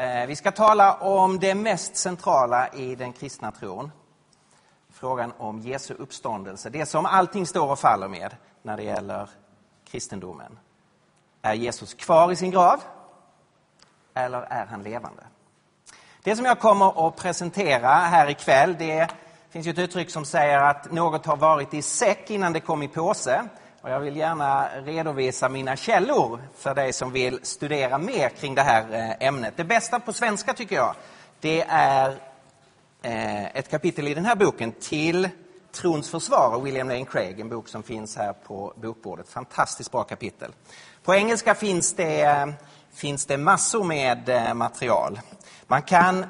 Vi ska tala om det mest centrala i den kristna tron. Frågan om Jesu uppståndelse. Det som allting står och faller med när det gäller kristendomen. Är Jesus kvar i sin grav? Eller är han levande? Det som jag kommer att presentera här ikväll, det finns ju ett uttryck som säger att något har varit i säck innan det kom i påse. Och jag vill gärna redovisa mina källor för dig som vill studera mer kring det här ämnet. Det bästa på svenska tycker jag, det är ett kapitel i den här boken, Till trons försvar av William Lane Craig. En bok som finns här på bokbordet. Fantastiskt bra kapitel. På engelska finns det massor med material. Man kan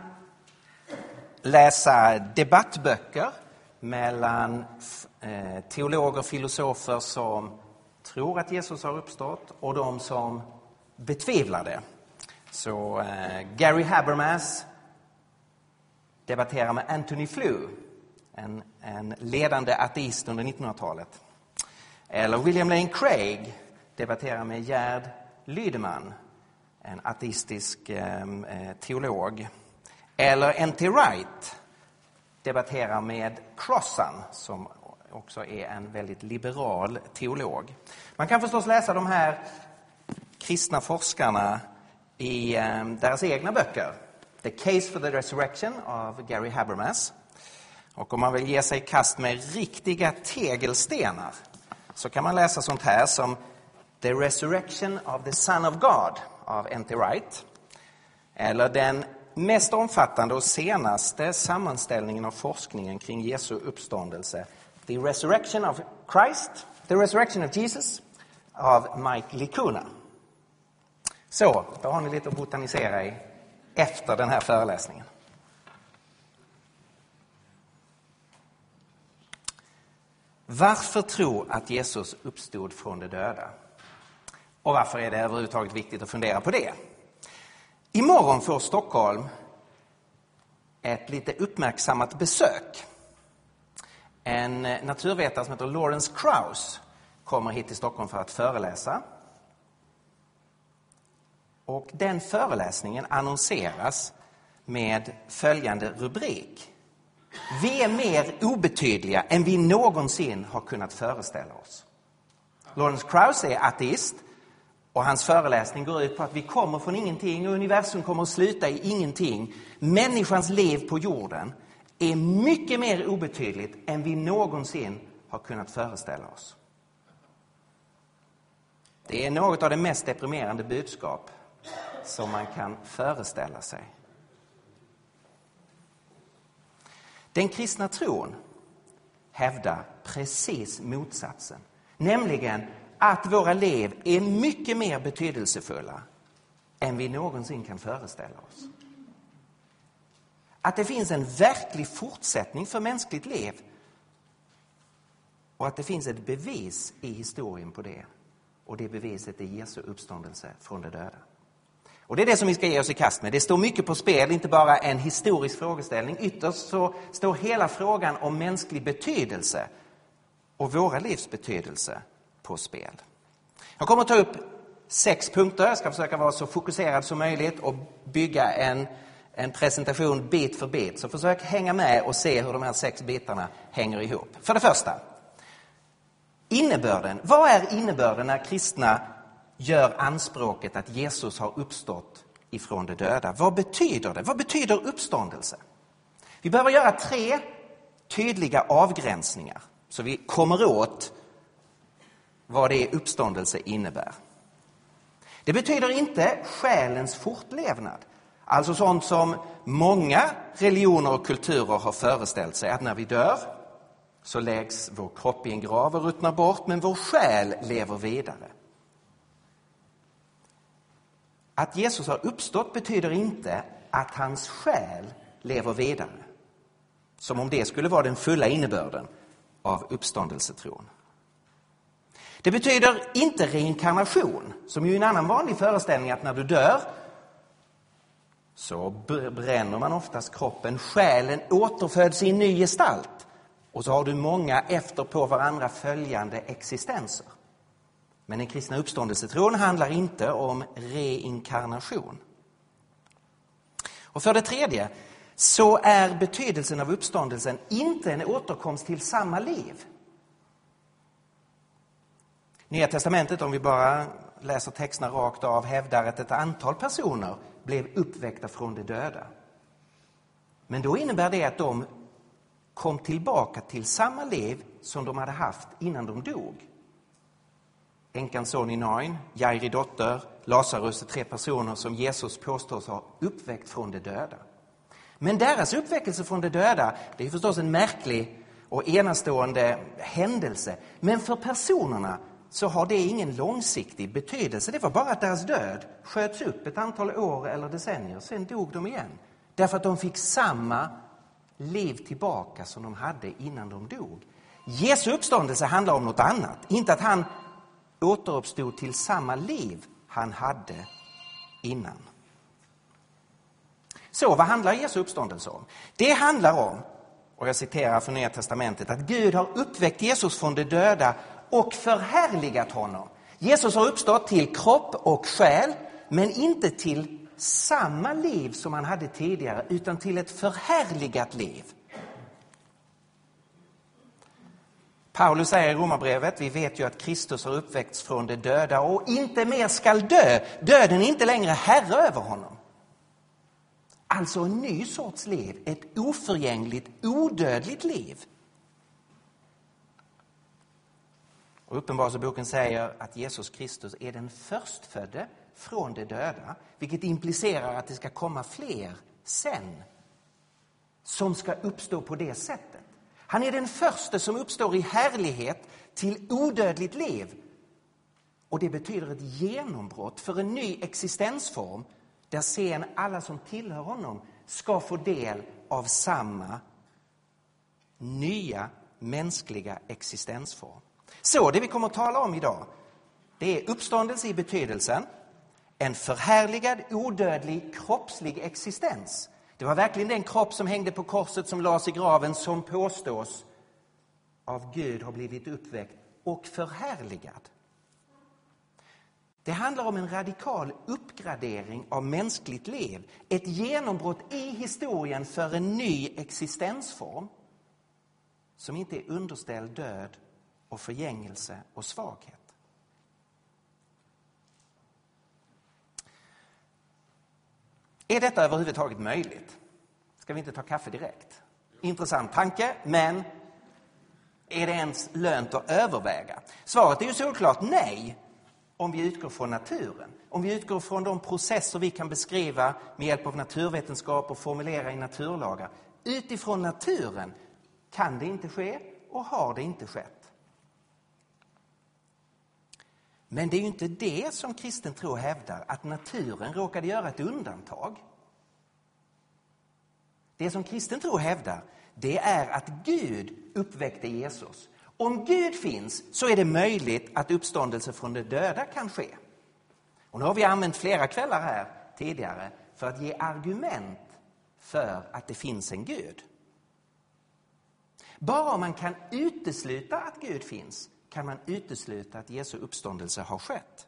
läsa debattböcker mellan teologer och filosofer som tror att Jesus har uppstått och de som betvivlar det. Så Gary Habermas debatterar med Anthony Flew, en ledande ateist under 1900-talet. Eller William Lane Craig debatterar med Gerd Lydeman, en ateistisk teolog. Eller N.T. Wright debatterar med Crossan, som också är en väldigt liberal teolog. Man kan förstås läsa de här kristna forskarna i deras egna böcker. The Case for the Resurrection av Gary Habermas. Och om man vill ge sig i kast med riktiga tegelstenar så kan man läsa sånt här som The Resurrection of the Son of God av N.T. Wright. Eller den mest omfattande och senaste sammanställningen av forskningen kring Jesu uppståndelse, The Resurrection of Christ, The Resurrection of Jesus av Mike Licuna. Så, då har ni lite att botanisera i efter den här föreläsningen. Varför tro att Jesus uppstod från de döda? Och varför är det överhuvudtaget viktigt att fundera på det? Imorgon får Stockholm ett lite uppmärksammat besök. En naturvetare som heter Lawrence Krauss kommer hit till Stockholm för att föreläsa. Och den föreläsningen annonseras med följande rubrik: Vi är mer obetydliga än vi någonsin har kunnat föreställa oss. Lawrence Krauss är ateist och hans föreläsning går ut på att vi kommer från ingenting och universum kommer att sluta i ingenting. Människans liv på jorden är mycket mer obetydligt än vi någonsin har kunnat föreställa oss. Det är något av det mest deprimerande budskap som man kan föreställa sig. Den kristna tron hävdar precis motsatsen. Nämligen att våra liv är mycket mer betydelsefulla än vi någonsin kan föreställa oss. Att det finns en verklig fortsättning för mänskligt liv. Och att det finns ett bevis i historien på det. Och det beviset är Jesu uppståndelse från de döda. Och det är det som vi ska ge oss i kast med. Det står mycket på spel, inte bara en historisk frågeställning. Ytterst så står hela frågan om mänsklig betydelse och våra livs betydelse på spel. Jag kommer att ta upp 6 punkter. Jag ska försöka vara så fokuserad som möjligt och bygga en presentation bit för bit. Så försök hänga med och se hur de här 6 bitarna hänger ihop. För det första, innebörden. Vad är innebörden när kristna gör anspråket att Jesus har uppstått ifrån de döda? Vad betyder det? Vad betyder uppståndelse? Vi behöver göra 3 tydliga avgränsningar så vi kommer åt vad det uppståndelse innebär. Det betyder inte själens fortlevnad. Alltså sånt som många religioner och kulturer har föreställt sig, att när vi dör så läggs vår kropp i en grav och ruttnar bort, men vår själ lever vidare. Att Jesus har uppstått betyder inte att hans själ lever vidare. Som om det skulle vara den fulla innebörden av uppståndelsetron. Det betyder inte reinkarnation, som ju är en annan vanlig föreställning, att när du dör så bränner man oftast kroppen. Själen återföds i en ny gestalt. Och så har du många efter på varandra följande existenser. Men den kristna uppståndelsetron handlar inte om reinkarnation. Och för det tredje så är betydelsen av uppståndelsen inte en återkomst till samma liv. Nya testamentet, om vi bara läser texterna rakt av, hävdar att ett antal personer blev uppväckta från de döda. Men då innebär det att de kom tillbaka till samma liv som de hade haft innan de dog. Änkans son i Nain, Jairi dotter, Lazarus är 3 personer som Jesus påstås ha uppväckt från de döda. Men deras uppväckelse från de döda, det är förstås en märklig och enastående händelse. Men för personerna så har det ingen långsiktig betydelse. Det var bara att deras död sköts upp ett antal år eller decennier. Sen dog de igen. Därför att de fick samma liv tillbaka som de hade innan de dog. Jesu uppståndelse handlar om något annat. Inte att han återuppstod till samma liv han hade innan. Så vad handlar Jesu uppståndelse om? Det handlar om, och jag citerar från Nya testamentet, att Gud har uppväckt Jesus från de döda och förhärligat honom. Jesus har uppstått till kropp och själ, men inte till samma liv som han hade tidigare, utan till ett förhärligat liv. Paulus säger i Romarbrevet, vi vet ju att Kristus har uppväckts från de döda och inte mer skall dö. Döden är inte längre herre över honom. Alltså en ny sorts liv, ett oförgängligt, odödligt liv. Och Uppenbarelseboken säger att Jesus Kristus är den förstfödde från de döda, vilket implicerar att det ska komma fler sen som ska uppstå på det sättet. Han är den första som uppstår i härlighet till odödligt liv. Och det betyder ett genombrott för en ny existensform där sen alla som tillhör honom ska få del av samma nya mänskliga existensform. Så det vi kommer att tala om idag, det är uppståndelse i betydelsen en förhärligad, odödlig, kroppslig existens. Det var verkligen den kropp som hängde på korset som lades i graven som påstås av Gud har blivit uppväckt och förhärligad. Det handlar om en radikal uppgradering av mänskligt liv. Ett genombrott i historien för en ny existensform som inte är underställd död och förgängelse och svaghet. Är detta överhuvudtaget möjligt? Ska vi inte ta kaffe direkt? Intressant tanke, men är det ens lönt att överväga? Svaret är ju såklart nej, om vi utgår från naturen. Om vi utgår från de processer vi kan beskriva med hjälp av naturvetenskap och formulera i naturlagar. Utifrån naturen kan det inte ske och har det inte skett. Men det är ju inte det som kristen tro hävdar, att naturen råkade göra ett undantag. Det som kristen tro hävdar, det är att Gud uppväckte Jesus. Om Gud finns så är det möjligt att uppståndelse från de döda kan ske. Och nu har vi använt flera kvällar här tidigare för att ge argument för att det finns en Gud. Bara om man kan utesluta att Gud finns kan man utesluta att Jesu uppståndelse har skett.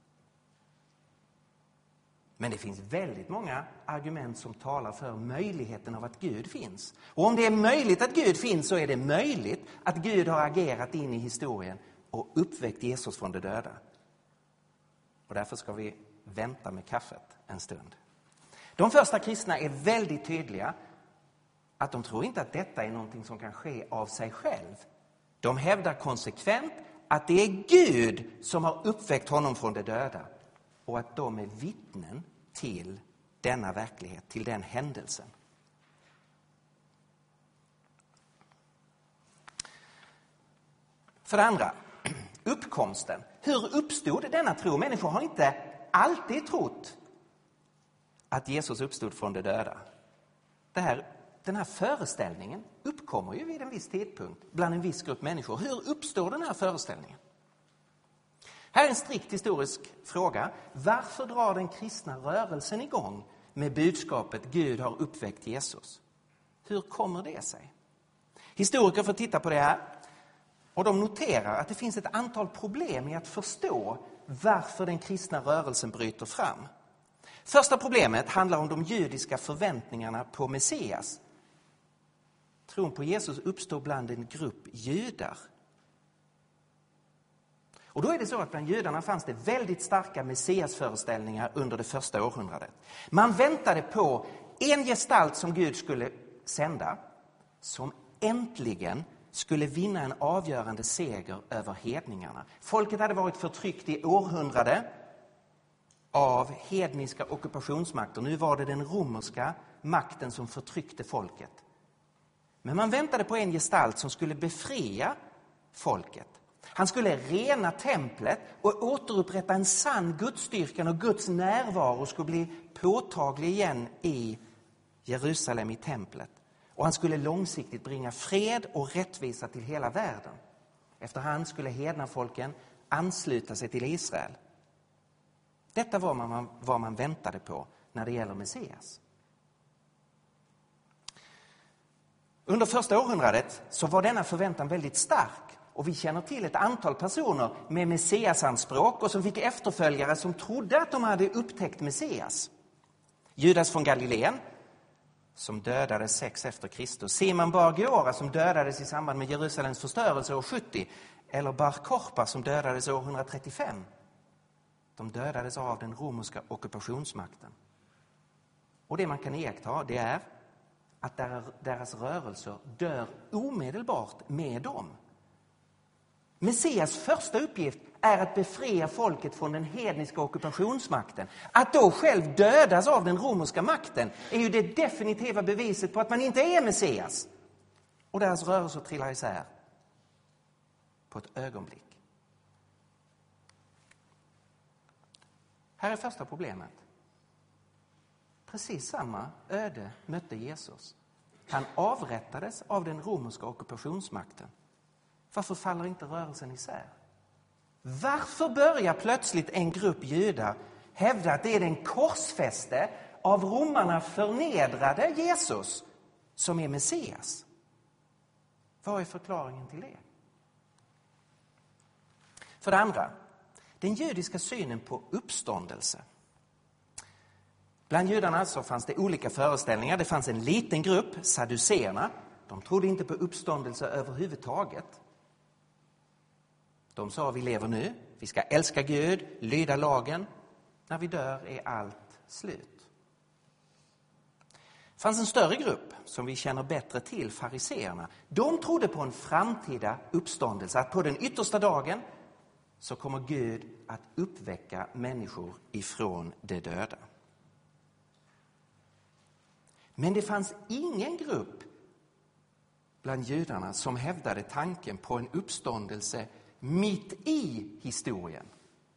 Men det finns väldigt många argument som talar för möjligheten av att Gud finns. Och om det är möjligt att Gud finns så är det möjligt att Gud har agerat in i historien och uppväckt Jesus från de döda. Och därför ska vi vänta med kaffet en stund. De första kristna är väldigt tydliga att de tror inte att detta är någonting som kan ske av sig själv. De hävdar konsekvent att det är Gud som har uppväckt honom från de döda och att de är vittnen till denna verklighet, till den händelsen. För det andra, uppkomsten. Hur uppstod denna tro? Människor har inte alltid trott att Jesus uppstod från de döda. Den här föreställningen uppkommer ju vid en viss tidpunkt bland en viss grupp människor. Hur uppstår den här föreställningen? Här är en strikt historisk fråga. Varför drar den kristna rörelsen igång med budskapet Gud har uppväckt Jesus? Hur kommer det sig? Historiker får titta på det här och de noterar att det finns ett antal problem i att förstå varför den kristna rörelsen bryter fram. Första problemet handlar om de judiska förväntningarna på Messias. Tron på Jesus uppstår bland en grupp judar. Och då är det så att bland judarna fanns det väldigt starka Messiasföreställningar under det första århundradet. Man väntade på en gestalt som Gud skulle sända, som äntligen skulle vinna en avgörande seger över hedningarna. Folket hade varit förtryckt i århundraden av hedniska ockupationsmakter. Nu var det den romerska makten som förtryckte folket. Men man väntade på en gestalt som skulle befria folket. Han skulle rena templet och återupprätta en sann gudsdyrkan, och Guds närvaro skulle bli påtaglig igen i Jerusalem, i templet. Och han skulle långsiktigt bringa fred och rättvisa till hela världen. Efterhand skulle hedna folken ansluta sig till Israel. Detta var vad man väntade på när det gäller Messias. Under första århundradet så var denna förväntan väldigt stark. Och vi känner till ett antal personer med Messiasanspråk och som fick efterföljare som trodde att de hade upptäckt Messias. Judas från Galileen, som dödades 6 efter Kristus. Simon bar Giora, som dödades i samband med Jerusalems förstörelse år 70. Eller Bar Korpa, som dödades år 135. De dödades av den romerska ockupationsmakten. Och det man kan iaktta, det är att deras rörelser dör omedelbart med dem. Messias första uppgift är att befria folket från den hedniska ockupationsmakten. Att då själv dödas av den romerska makten är ju det definitiva beviset på att man inte är Messias. Och deras rörelser trillar isär på ett ögonblick. Här är första problemet. Precis samma öde mötte Jesus. Han avrättades av den romerska ockupationsmakten. Varför faller inte rörelsen isär? Varför börjar plötsligt en grupp judar hävda att det är den korsfäste, av romarna förnedrade Jesus som är Messias? Vad är förklaringen till det? För det andra, den judiska synen på uppståndelse. Bland judarna så fanns det olika föreställningar. Det fanns en liten grupp, sadduceerna. De trodde inte på uppståndelse överhuvudtaget. De sa: vi lever nu, vi ska älska Gud, lyda lagen. När vi dör är allt slut. Det fanns en större grupp som vi känner bättre till, fariseerna. De trodde på en framtida uppståndelse, att på den yttersta dagen så kommer Gud att uppväcka människor ifrån de döda. Men det fanns ingen grupp bland judarna som hävdade tanken på en uppståndelse mitt i historien.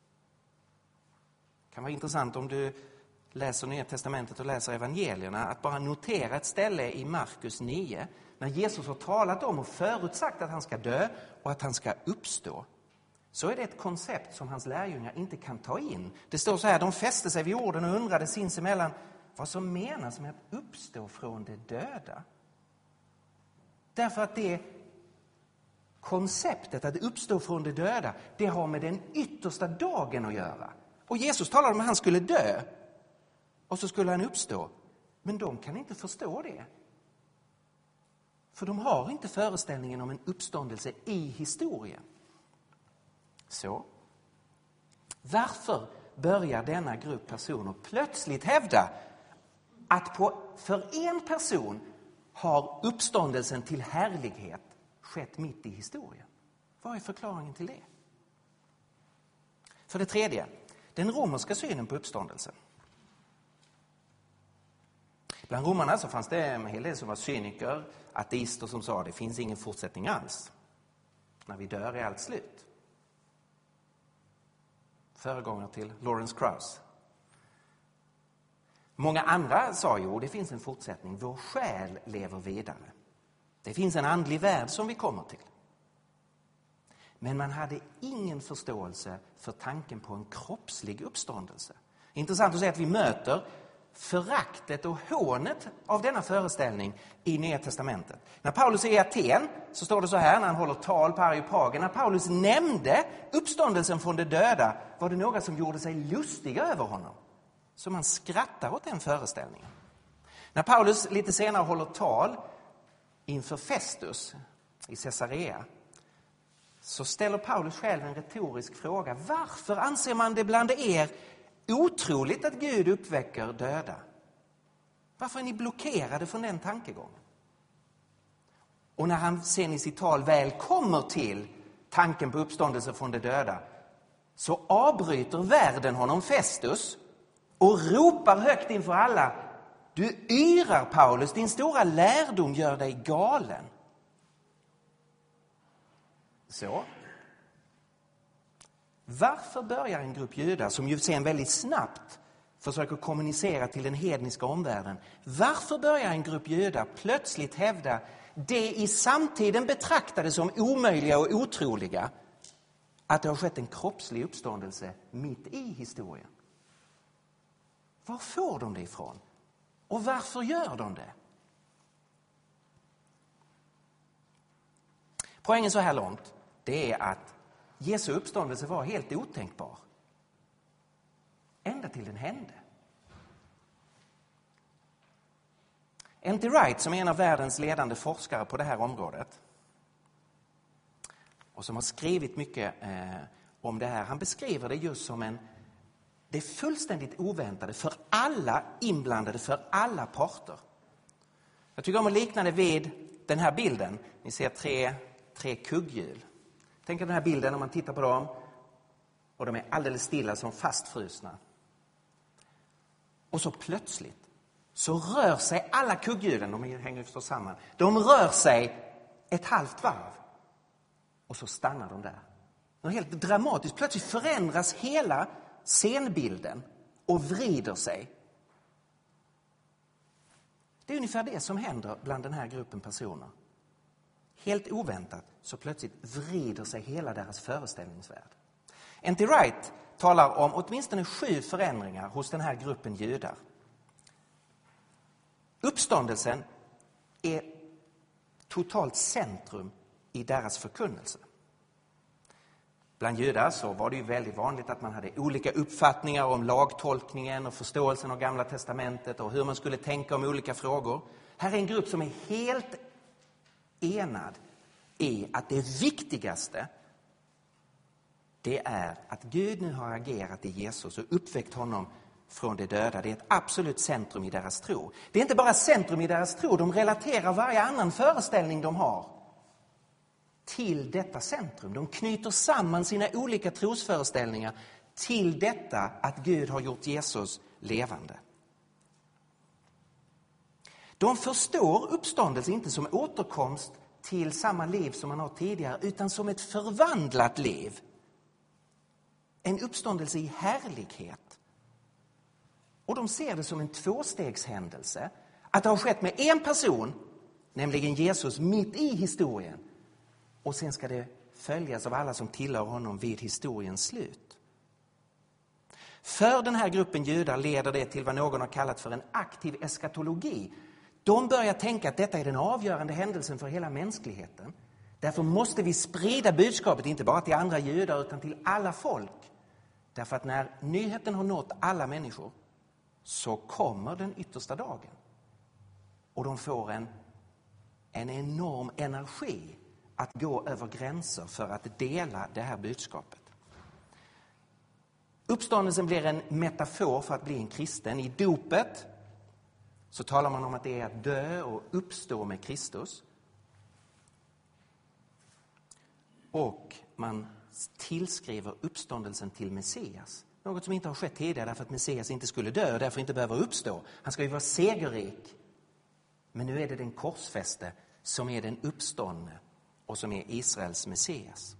Det kan vara intressant om du läser Nya testamentet och läser evangelierna att bara notera ett ställe i Markus 9 när Jesus har talat om och förutsagt att han ska dö och att han ska uppstå. Så är det ett koncept som hans lärjungar inte kan ta in. Det står så här: de fäste sig vid orden och undrade sinsemellan vad som menas med att uppstå från de döda. Därför att det konceptet att uppstå från de döda, det har med den yttersta dagen att göra. Och Jesus talade om att han skulle dö och så skulle han uppstå. Men de kan inte förstå det. För de har inte föreställningen om en uppståndelse i historien. Så, varför börjar denna grupp personer plötsligt hävda att för en person har uppståndelsen till härlighet skett mitt i historien? Vad är förklaringen till det? För det tredje, den romerska synen på uppståndelsen. Bland romarna så fanns det en hel del som var cyniker, ateister som sa att det finns ingen fortsättning alls. När vi dör är allt slut. Föregångare till Lawrence Krauss. Många andra sa ju, det finns en fortsättning, vår själ lever vidare. Det finns en andlig värld som vi kommer till. Men man hade ingen förståelse för tanken på en kroppslig uppståndelse. Intressant att säga att vi möter föraktet och hånet av denna föreställning i Nya testamentet. När Paulus är i Aten så står det så här när han håller tal på Areopagen. När Paulus nämnde uppståndelsen från de döda var det några som gjorde sig lustiga över honom. Så man skrattar åt den föreställningen. När Paulus lite senare håller tal inför Festus i Caesarea, så ställer Paulus själv en retorisk fråga. Varför anser man det bland er otroligt att Gud uppväcker döda? Varför är ni blockerade från den tankegången? Och när han sen i sitt tal väl kommer till tanken på uppståndelse från de döda, så avbryter världen honom, Festus, och ropar högt inför alla: du yrar, Paulus, din stora lärdom gör dig galen. Så. Varför börjar en grupp judar, som ju sen väldigt snabbt försöker kommunicera till den hedniska omvärlden, varför börjar en grupp judar plötsligt hävda det i samtiden betraktade som omöjliga och otroliga, att det har skett en kroppslig uppståndelse mitt i historien? Var får de det ifrån? Och varför gör de det? Poängen så här långt, det är att Jesu uppståndelse var helt otänkbar. Ända till den hände. N.T. Wright, som är en av världens ledande forskare på det här området och som har skrivit mycket om det här, han beskriver det just som det är fullständigt oväntade för alla inblandade, för alla parter. Jag tycker om att likna det vid den här bilden. Ni ser tre kugghjul. Tänk er den här bilden om man tittar på dem och de är alldeles stilla som fastfrusna. Och så plötsligt så rör sig alla kugghjulen, de hänger förstås samman. De rör sig ett halvt varv och så stannar de där. Något helt dramatiskt. Plötsligt förändras hela scenbilden och vrider sig. Det är ungefär det som händer bland den här gruppen personer. Helt oväntat så plötsligt vrider sig hela deras föreställningsvärld. N.T. Wright talar om åtminstone 7 förändringar hos den här gruppen judar. Uppståndelsen är totalt centrum i deras förkunnelse. Bland judar så var det ju väldigt vanligt att man hade olika uppfattningar om lagtolkningen och förståelsen av Gamla testamentet och hur man skulle tänka om olika frågor. Här är en grupp som är helt enad i att det viktigaste, det är att Gud nu har agerat i Jesus och uppväckt honom från de döda. Det är ett absolut centrum i deras tro. Det är inte bara centrum i deras tro, de relaterar varje annan föreställning de har till detta centrum. De knyter samman sina olika trosföreställningar till detta att Gud har gjort Jesus levande. De förstår uppståndelse inte som återkomst till samma liv som man har tidigare, utan som ett förvandlat liv. En uppståndelse i härlighet. Och de ser det som en tvåstegshändelse. Att det har skett med en person, nämligen Jesus, mitt i historien. Och sen ska det följas av alla som tillhör honom vid historiens slut. För den här gruppen judar leder det till vad någon har kallat för en aktiv eskatologi. De börjar tänka att detta är den avgörande händelsen för hela mänskligheten. Därför måste vi sprida budskapet inte bara till andra judar utan till alla folk. Därför att när nyheten har nått alla människor så kommer den yttersta dagen. Och de får en enorm energi att gå över gränser för att dela det här budskapet. Uppståndelsen blir en metafor för att bli en kristen. I dopet så talar man om att det är att dö och uppstå med Kristus. Och man tillskriver uppståndelsen till Messias. Något som inte har skett tidigare därför att Messias inte skulle dö och därför inte behöver uppstå. Han ska ju vara segerrik. Men nu är det den korsfäste som är den uppståndne och som är Israels Messias.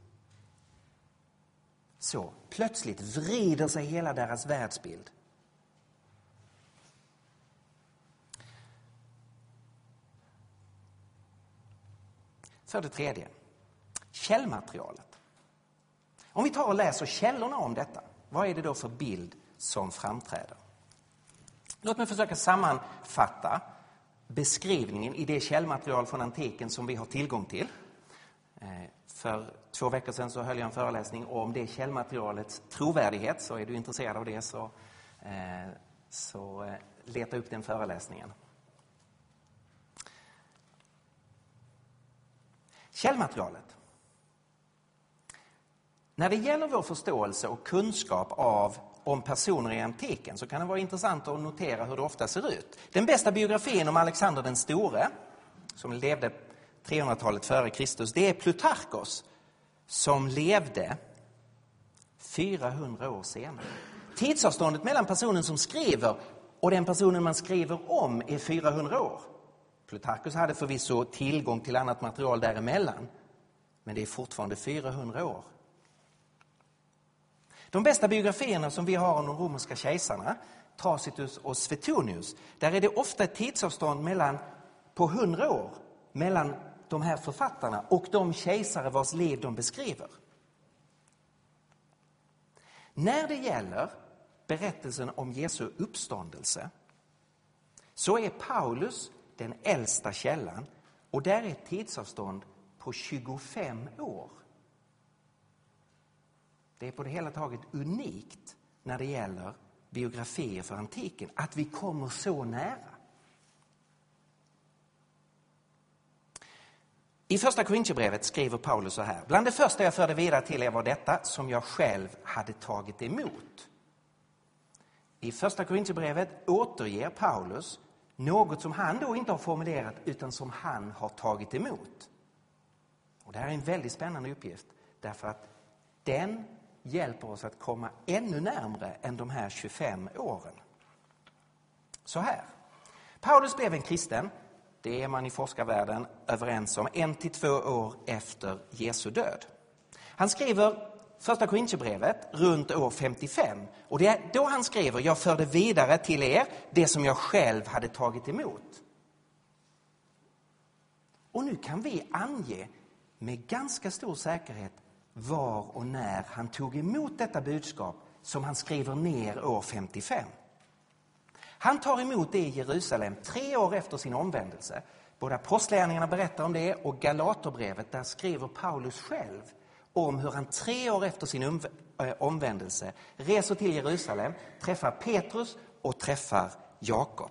Så plötsligt vrider sig hela deras världsbild. För det tredje, källmaterialet. Om vi tar och läser källorna om detta, vad är det då för bild som framträder? Låt mig försöka sammanfatta beskrivningen i det källmaterial från antiken som vi har tillgång till. För 2 veckor sedan så höll jag en föreläsning om det källmaterialets trovärdighet. Så är du intresserad av det så Så leta upp den föreläsningen. Källmaterialet. När det gäller vår förståelse och kunskap om personer i antiken så kan det vara intressant att notera hur det ofta ser ut. Den bästa biografin om Alexander den store, som levde 300-talet före Kristus, det är Plutarkos, som levde 400 år senare. Tidsavståndet mellan personen som skriver och den personen man skriver om är 400 år. Plutarkos hade förvisso tillgång till annat material däremellan, men det är fortfarande 400 år. De bästa biografierna som vi har om de romerska kejsarna, Tacitus och Suetonius, där är det ofta ett tidsavstånd på 100 år mellan de här författarna och de kejsare vars liv de beskriver. När det gäller berättelsen om Jesu uppståndelse så är Paulus den äldsta källan och där är ett tidsavstånd på 25 år. Det är på det hela taget unikt när det gäller biografier för antiken att vi kommer så nära. I första Korinthierbrevet skriver Paulus så här: bland det första jag förde vidare till er var detta som jag själv hade tagit emot. I första Korinthierbrevet återger Paulus något som han då inte har formulerat utan som han har tagit emot. Och det här är en väldigt spännande uppgift därför att den hjälper oss att komma ännu närmare än de här 25 åren. Så här. Paulus blev en kristen, det är man i forskarvärlden överens om, 1 till 2 år efter Jesu död. Han skriver första Korinthierbrevet runt år 55. Och det är då han skriver: jag förde vidare till er det som jag själv hade tagit emot. Och nu kan vi ange med ganska stor säkerhet var och när han tog emot detta budskap som han skriver ner år 55. Han tar emot det i Jerusalem 3 år efter sin omvändelse. Både apostlagärningarna berättar om det och Galaterbrevet, där skriver Paulus själv om hur han 3 år efter sin omvändelse reser till Jerusalem, träffar Petrus och träffar Jakob.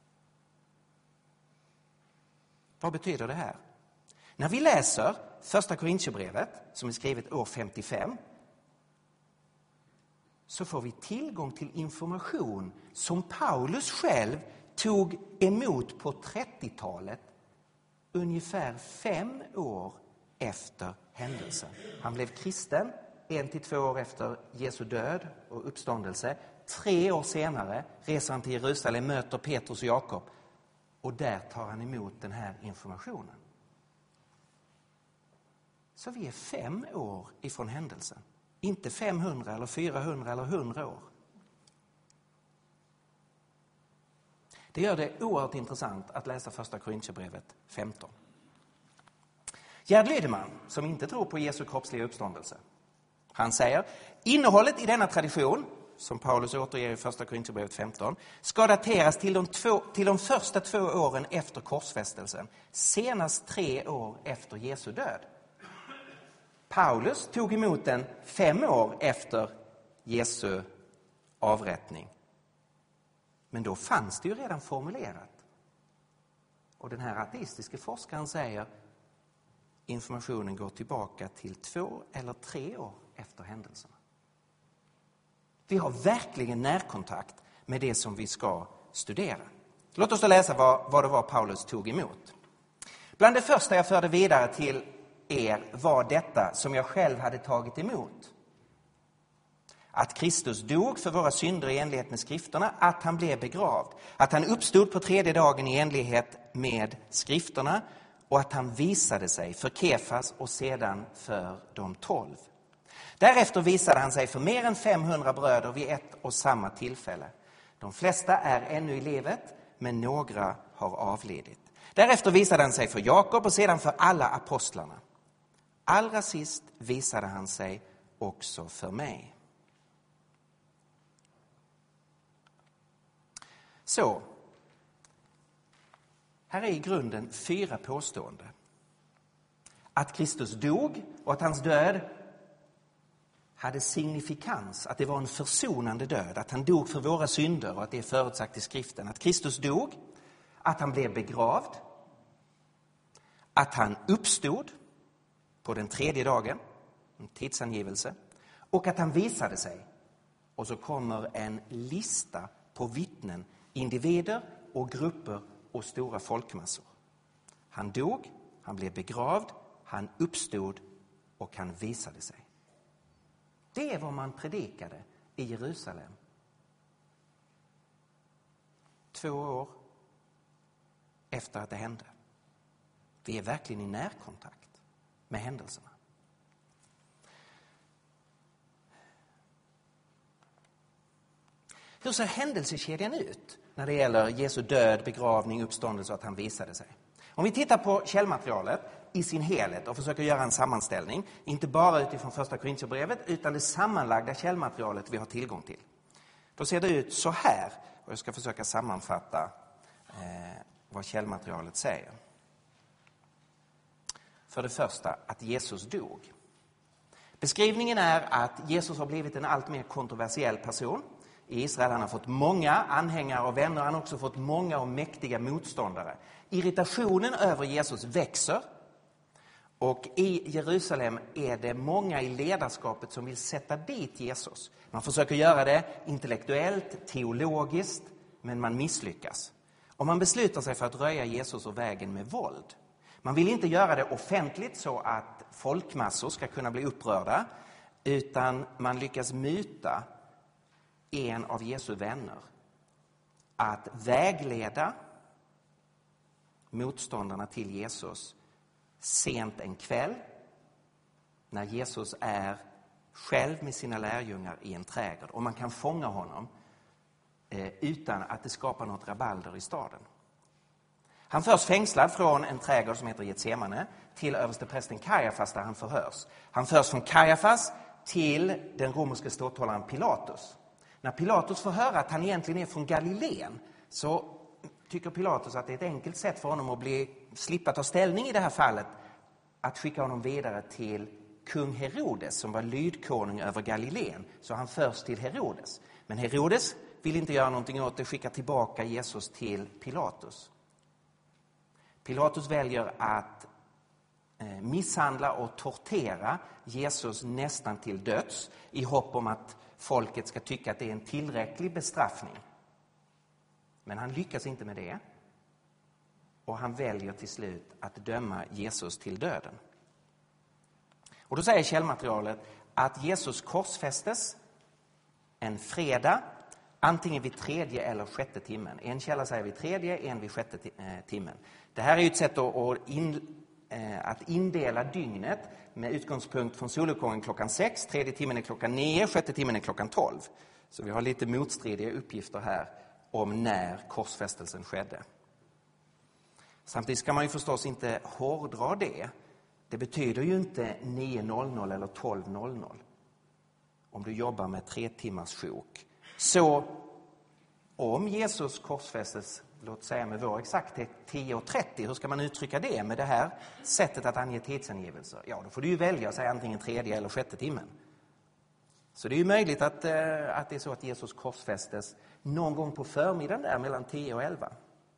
Vad betyder det här? När vi läser första Korinthierbrevet, som är skrivet år 55, så får vi tillgång till information som Paulus själv tog emot på 30-talet, ungefär 5 år efter händelsen. Han blev kristen 1 till 2 år efter Jesu död och uppståndelse. 3 år senare reser han till Jerusalem, möter Petrus och Jakob och där tar han emot den här informationen. Så vi är 5 år ifrån händelsen. Inte 500 eller 400 eller 100 år. Det gör det oerhört intressant att läsa första Korinthierbrevet 15. Gerd Lydeman, som inte tror på Jesu kroppsliga uppståndelse, han säger: innehållet i denna tradition, som Paulus återger i första Korinthierbrevet 15, ska dateras till de första 2 åren efter korsfästelsen, senast 3 år efter Jesu död. Paulus tog emot den 5 år efter Jesu avrättning. Men då fanns det ju redan formulerat. Och den här ateistiska forskaren säger: informationen går tillbaka till 2 eller 3 år efter händelserna. Vi har verkligen närkontakt med det som vi ska studera. Låt oss då läsa vad det var Paulus tog emot. Bland det första jag förde vidare till er var detta som jag själv hade tagit emot. Att Kristus dog för våra synder i enlighet med skrifterna, att han blev begravd, att han uppstod på 3:e dagen i enlighet med skrifterna och att han visade sig för Kefas och sedan för de 12. Därefter visade han sig för mer än 500 bröder vid ett och samma tillfälle. De flesta är ännu i livet, men några har avlidit. Därefter visade han sig för Jakob och sedan för alla apostlarna. Allra sist visade han sig också för mig. Så, här är i grunden 4 påståenden. Att Kristus dog och att hans död hade signifikans, att det var en försonande död, att han dog för våra synder och att det är förutsagt i skriften. Att Kristus dog, att han blev begravd, att han uppstod på den 3:e dagen, en tidsangivelse, och att han visade sig. Och så kommer en lista på vittnen, individer och grupper och stora folkmassor. Han dog, han blev begravd, han uppstod och han visade sig. Det är vad man predikade i Jerusalem. 2 år efter att det hände. Vi är verkligen i närkontakt med händelserna. Hur ser händelsekedjan ut när det gäller Jesu död, begravning, uppståndelse och att han visade sig? Om vi tittar på källmaterialet i sin helhet och försöker göra en sammanställning, inte bara utifrån första Korintierbrevet utan det sammanlagda källmaterialet vi har tillgång till. Då ser det ut så här, och jag ska försöka sammanfatta vad källmaterialet säger. För det första, att Jesus dog. Beskrivningen är att Jesus har blivit en allt mer kontroversiell person i Israel. Han har fått många anhängare och vänner. Han har också fått många och mäktiga motståndare. Irritationen över Jesus växer. Och i Jerusalem är det många i ledarskapet som vill sätta dit Jesus. Man försöker göra det intellektuellt, teologiskt, men man misslyckas. Och man beslutar sig för att röja Jesus ur vägen med våld. Man vill inte göra det offentligt så att folkmassor ska kunna bli upprörda, utan man lyckas muta en av Jesu vänner att vägleda motståndarna till Jesus sent en kväll när Jesus är själv med sina lärjungar i en trädgård. Och man kan fånga honom utan att det skapar något rabalder i staden. Han förs fängslad från en trädgård som heter Getsemane till översteprästen Kajafas där han förhörs. Han förs från Kajafas till den romerske ståthållaren Pilatus. När Pilatus får höra att han egentligen är från Galileen så tycker Pilatus att det är ett enkelt sätt för honom att slippa ta ställning i det här fallet. Att skicka honom vidare till kung Herodes som var lydkonung över Galileen. Så han förs till Herodes. Men Herodes vill inte göra någonting åt det, skickar tillbaka Jesus till Pilatus. Pilatus väljer att misshandla och tortera Jesus nästan till döds i hopp om att folket ska tycka att det är en tillräcklig bestraffning. Men han lyckas inte med det. Och han väljer till slut att döma Jesus till döden. Och då säger källmaterialet att Jesus korsfästes en fredag, antingen vid 3:e eller 6:e timmen. En källa säger vid 3:e, en vid 6:e timmen. Det här är ju ett sätt att indela dygnet med utgångspunkt från soluppgången klockan 6, 3:e timmen är klockan 9, 6:e timmen är klockan 12. Så vi har lite motstridiga uppgifter här om när korsfästelsen skedde. Samtidigt ska man ju förstås inte hårdra det. Det betyder ju inte 9:00 eller 12:00 om du jobbar med 3 timmars sjok. Så om Jesus korsfästes, låt säga med vår exakthet 10:30, hur ska man uttrycka det med det här sättet att ange tidsangivelser? Ja, då får du ju välja att säga antingen 3:e eller 6:e timmen. Så det är ju möjligt att det är så att Jesus korsfästes någon gång på förmiddagen där mellan 10 och 11.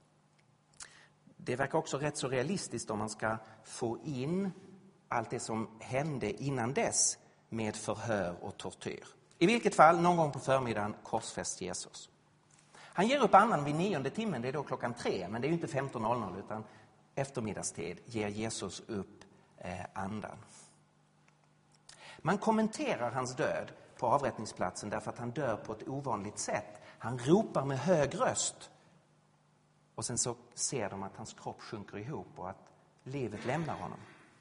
Det verkar också rätt så realistiskt om man ska få in allt det som hände innan dess med förhör och tortyr. I vilket fall, någon gång på förmiddagen korsfäst Jesus. Han ger upp andan vid 9:e timmen, det är då klockan 3, men det är ju inte 15:00 utan eftermiddagstid ger Jesus upp andan. Man kommenterar hans död på avrättningsplatsen därför att han dör på ett ovanligt sätt. Han ropar med hög röst och sen så ser de att hans kropp sjunker ihop och att livet lämnar honom.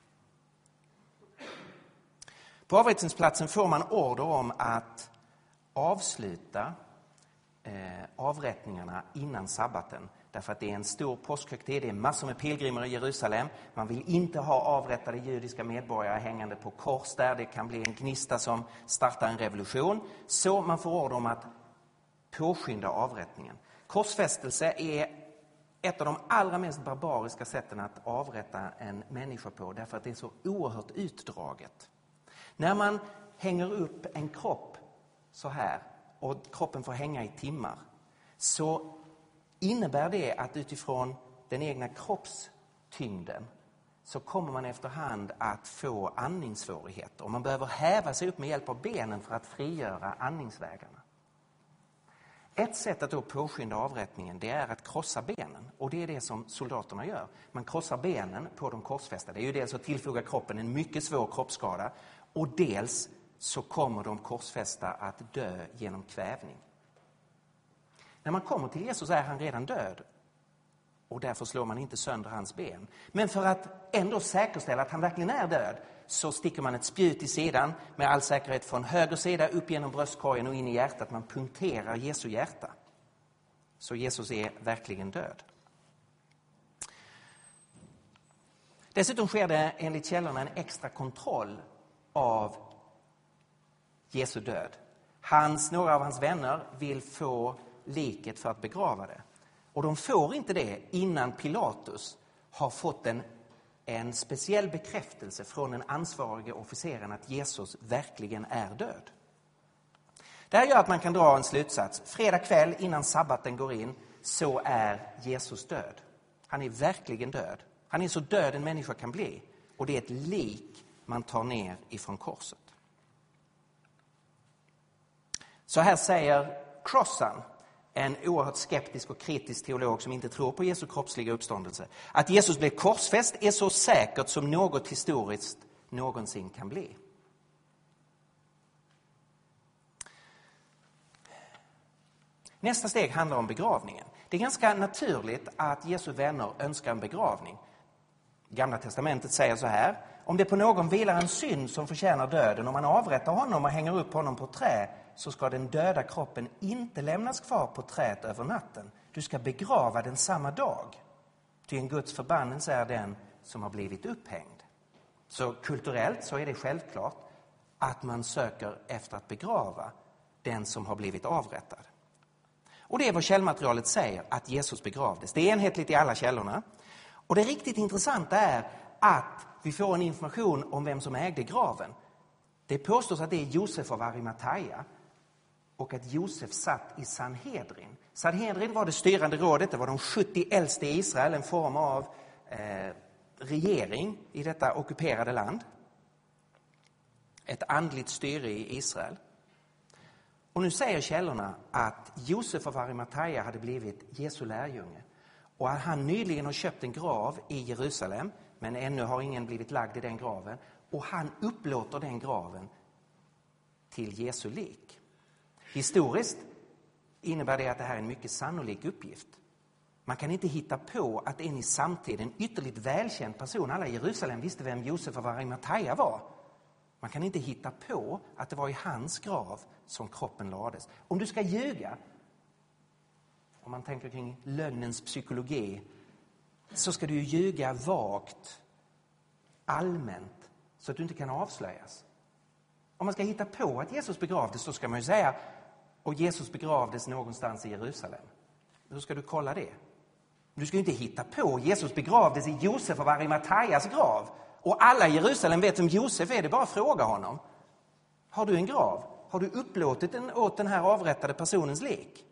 På avrättningsplatsen får man order om att avsluta avrättningarna innan sabbaten. Därför att det är en stor påskhögtid, det är massor med pilgrimer i Jerusalem. Man vill inte ha avrättade judiska medborgare hängande på kors där. Det kan bli en gnista som startar en revolution. Så man får order om att påskynda avrättningen. Korsfästelse är ett av de allra mest barbariska sätten att avrätta en människa på. Därför att det är så oerhört utdraget. När man hänger upp en kropp så här och kroppen får hänga i timmar, så innebär det att utifrån den egna kroppstyngden så kommer man efterhand att få andningssvårigheter. Och man behöver häva sig upp med hjälp av benen för att frigöra andningsvägarna. Ett sätt att då påskynda avrättningen, det är att krossa benen. Och det är det som soldaterna gör. Man krossar benen på de korsfästa. Det är ju dels att tillfoga kroppen en mycket svår kroppsskada. Och dels så kommer de korsfästa att dö genom kvävning. När man kommer till Jesus är han redan död. Och därför slår man inte sönder hans ben. Men för att ändå säkerställa att han verkligen är död så sticker man ett spjut i sidan med all säkerhet från höger sida upp genom bröstkorgen och in i hjärtat. Man punkterar Jesu hjärta. Så Jesus är verkligen död. Dessutom sker det enligt källorna en extra kontroll av Jesu död. Några av hans vänner vill få liket för att begrava det. Och de får inte det innan Pilatus har fått en speciell bekräftelse från den ansvarige officeren att Jesus verkligen är död. Det här gör att man kan dra en slutsats. Fredag kväll innan sabbaten går in så är Jesus död. Han är verkligen död. Han är så död en människa kan bli. Och det är ett lik man tar ner ifrån korset. Så här säger Crossan, en oerhört skeptisk och kritisk teolog som inte tror på Jesu kroppsliga uppståndelse. Att Jesus blev korsfäst är så säkert som något historiskt någonsin kan bli. Nästa steg handlar om begravningen. Det är ganska naturligt att Jesu vänner önskar en begravning. Gamla testamentet säger så här: om det på någon vilar en synd som förtjänar döden, om man avrättar honom och hänger upp honom på trä, så ska den döda kroppen inte lämnas kvar på träet över natten. Du ska begrava den samma dag. Ty en Guds förbannelse är den som har blivit upphängd. Så kulturellt så är det självklart att man söker efter att begrava den som har blivit avrättad. Och det är vad källmaterialet säger, att Jesus begravdes. Det är enhetligt i alla källorna. Och det riktigt intressanta är att vi får en information om vem som ägde graven. Det påstås att det är Josef av Arimathea och att Josef satt i Sanhedrin. Sanhedrin var det styrande rådet, det var de 70 äldste i Israel, en form av regering i detta ockuperade land. Ett andligt styre i Israel. Och nu säger källorna att Josef av Arimathea hade blivit Jesu lärjunge. Och att han nyligen har köpt en grav i Jerusalem, men ännu har ingen blivit lagd i den graven. Och han upplåter den graven till Jesu lik. Historiskt innebär det att det här är en mycket sannolik uppgift. Man kan inte hitta på att en i samtiden ytterligt välkänd person, alla i Jerusalem visste vem Josef av Arimathea var. Man kan inte hitta på att det var i hans grav som kroppen lades. Om du ska ljuga, om man tänker kring lögnens psykologi, så ska du ju ljuga vagt, allmänt, så att du inte kan avslöjas. Om man ska hitta på att Jesus begravdes, så ska man ju säga och Jesus begravdes någonstans i Jerusalem. Hur ska du kolla det? Du ska ju inte hitta på Jesus begravdes i Josef av Arimatheas grav. Och alla i Jerusalem vet vem Josef är, det bara fråga honom. Har du en grav? Har du upplåtit den åt den här avrättade personens lik?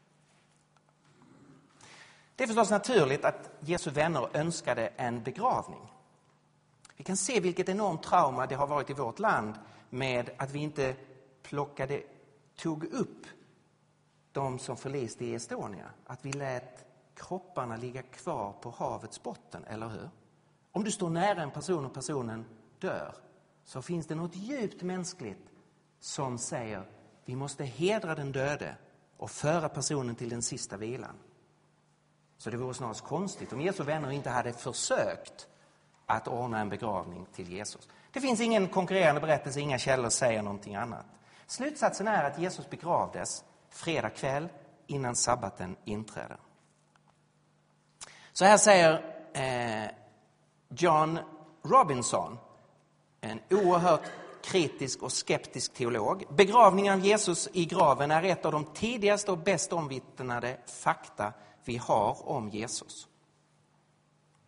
Det är förstås naturligt att Jesu vänner önskade en begravning. Vi kan se vilket enormt trauma det har varit i vårt land med att vi inte tog upp de som förliste i Estonia. Att vi lät kropparna ligga kvar på havets botten, eller hur? Om du står nära en person och personen dör, så finns det något djupt mänskligt som säger vi måste hedra den döde och föra personen till den sista vilan. Så det vore snarast konstigt om Jesu vänner inte hade försökt att ordna en begravning till Jesus. Det finns ingen konkurrerande berättelse, inga källor säger någonting annat. Slutsatsen är att Jesus begravdes fredag kväll innan sabbaten inträder. Så här säger John Robinson, en oerhört kritisk och skeptisk teolog. Begravningen av Jesus i graven är ett av de tidigaste och bäst omvittnade fakta vi har om Jesus.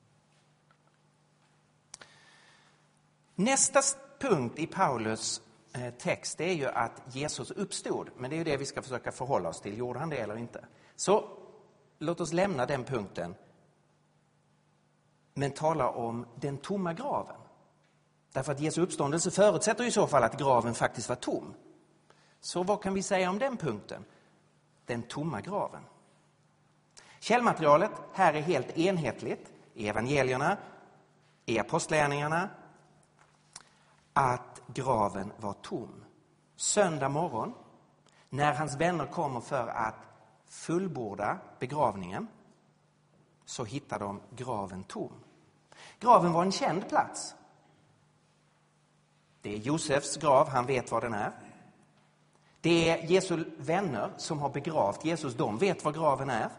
Nästa punkt i Paulus text är ju att Jesus uppstod. Men det är ju det vi ska försöka förhålla oss till. Gjorde han det eller inte? Så låt oss lämna den punkten. Men tala om den tomma graven. Därför att Jesu uppståndelse förutsätter i så fall att graven faktiskt var tom. Så vad kan vi säga om den punkten? Den tomma graven. Källmaterialet här är helt enhetligt i evangelierna, i apostlagärningarna, att graven var tom. Söndag morgon, när hans vänner kommer för att fullborda begravningen, så hittar de graven tom. Graven var en känd plats. Det är Josefs grav, han vet var den är. Det är Jesu vänner som har begravt Jesus, de vet var graven är.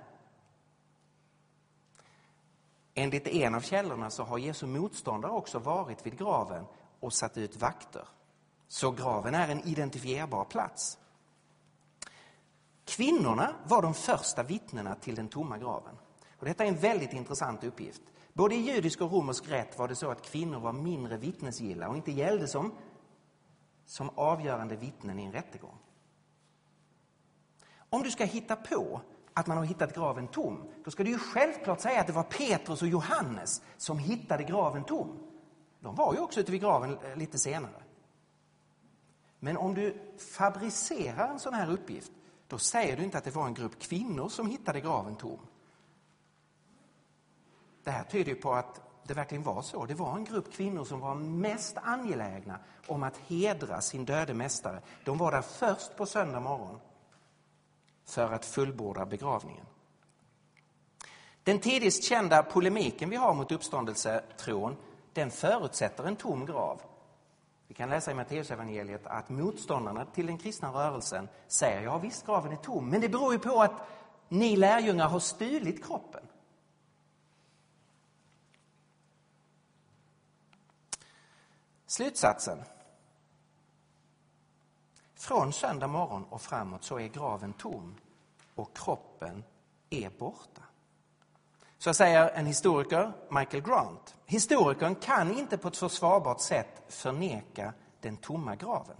Enligt en av källorna så har Jesu motståndare också varit vid graven och satt ut vakter. Så graven är en identifierbar plats. Kvinnorna var de första vittnena till den tomma graven. Och detta är en väldigt intressant uppgift. Både i judisk och romersk rätt var det så att kvinnor var mindre vittnesgilla och inte gällde som avgörande vittnen i en rättegång. Om du ska hitta på att man har hittat graven tom, då ska du ju självklart säga att det var Petrus och Johannes som hittade graven tom. De var ju också ute vid graven lite senare. Men om du fabricerar en sån här uppgift, då säger du inte att det var en grupp kvinnor som hittade graven tom. Det här tyder ju på att det verkligen var så. Det var en grupp kvinnor som var mest angelägna om att hedra sin döde mästare. De var där först på söndag morgon för att fullborda begravningen. Den tidigast kända polemiken vi har mot uppståndelsetron, den förutsätter en tom grav. Vi kan läsa i Matteusevangeliet att motståndarna till den kristna rörelsen säger, ja visst graven är tom, men det beror ju på att ni lärjungar har stulit kroppen. Slutsatsen. Från söndag morgon och framåt så är graven tom och kroppen är borta. Så säger en historiker, Michael Grant. Historikern kan inte på ett försvarbart sätt förneka den tomma graven.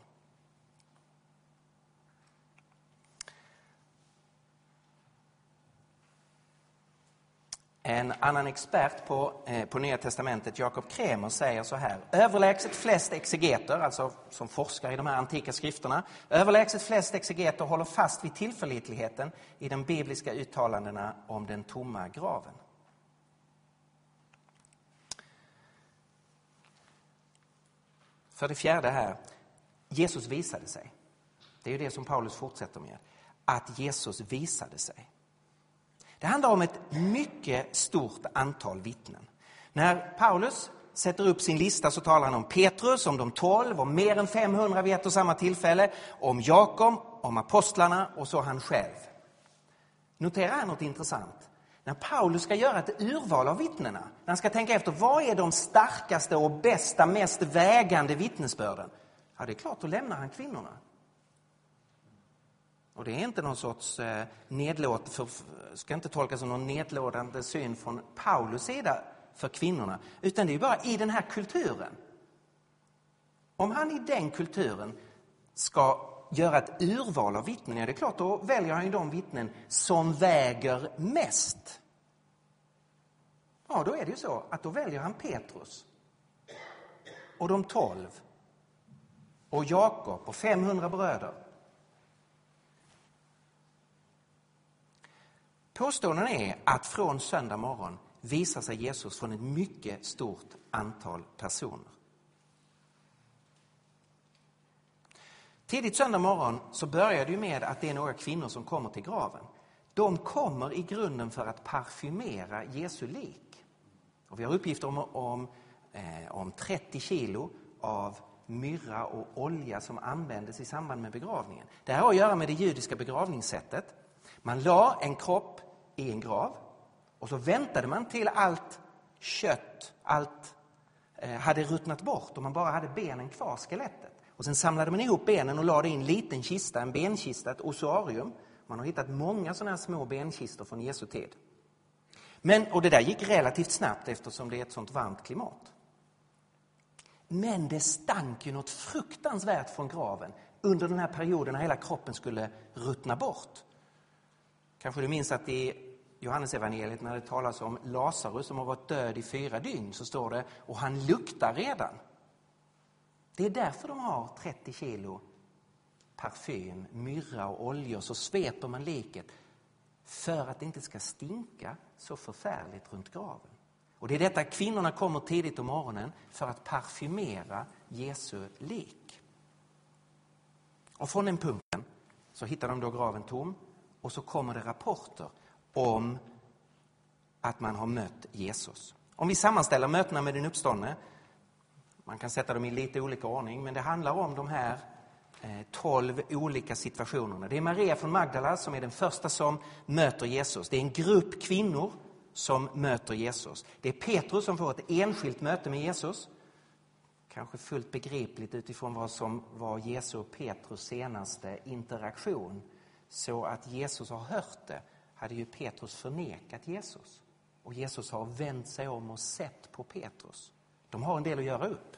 En annan expert på Nya testamentet, Jakob Kremer, säger så här. Överlägset flest exegeter, alltså som forskar i de här antika skrifterna, överlägset flest exegeter håller fast vid tillförlitligheten i de bibliska uttalandena om den tomma graven. För det fjärde här, Jesus visade sig. Det är ju det som Paulus fortsätter med. Att Jesus visade sig. Det handlar om ett mycket stort antal vittnen. När Paulus sätter upp sin lista så talar han om Petrus, om de 12, om mer än 500 vid ett och samma tillfälle, om Jakob, om apostlarna och så han själv. Notera här något intressant. När Paulus ska göra ett urval av vittnena, när han ska tänka efter vad är de starkaste och bästa, mest vägande vittnesbörden, ja det är klart, då lämnar han kvinnorna. Och det är inte någon sorts ska inte tolkas som någon nedlåtande syn från Paulus sida för kvinnorna, utan det är bara i den här kulturen. Om han i den kulturen ska göra ett urval av vittnen, ja det är klart, då väljer han ju de vittnen som väger mest. Ja, då är det ju så att då väljer han Petrus och de 12 och Jakob och 500 bröder. Påståenden är att från söndag morgon visar sig Jesus från ett mycket stort antal personer. Tidigt söndag morgon så börjar det ju med att det är några kvinnor som kommer till graven. De kommer i grunden för att parfymera Jesu lik. Och vi har uppgifter om 30 kilo av myrra och olja som användes i samband med begravningen. Det här har att göra med det judiska begravningssättet. Man la en kropp i en grav och så väntade man till allt kött, allt hade ruttnat bort och man bara hade benen kvar, skelettet. Och sen samlade man ihop benen och la det i en liten kista, en benkista, ett ossuarium. Man har hittat många sådana här små benkistor från Jesu tid. Och det där gick relativt snabbt eftersom det är ett sånt varmt klimat. Men det stank ju något fruktansvärt från graven under den här perioden när hela kroppen skulle ruttna bort. Kanske du minns att i Johannesevangeliet när det talas om Lazarus som har varit död i 4 dygn så står det och han luktar redan. Det är därför de har 30 kilo parfym, myrra och oljor, så sveper man liket för att det inte ska stinka så förfärligt runt graven. Och det är detta kvinnorna kommer tidigt om morgonen för att parfymera Jesu lik. Och från den punkten så hittar de då graven tom och så kommer det rapporter om att man har mött Jesus. Om vi sammanställer mötena med den uppståndne, man kan sätta dem i lite olika ordning, men det handlar om de här 12 olika situationerna. Det är Maria från Magdala som är den första som möter Jesus. Det är en grupp kvinnor som möter Jesus. Det är Petrus som får ett enskilt möte med Jesus. Kanske fullt begripligt utifrån vad som var Jesu och Petrus senaste interaktion. Så att Jesus har hört det hade ju Petrus förnekat Jesus. Och Jesus har vänt sig om och sett på Petrus. De har en del att göra upp.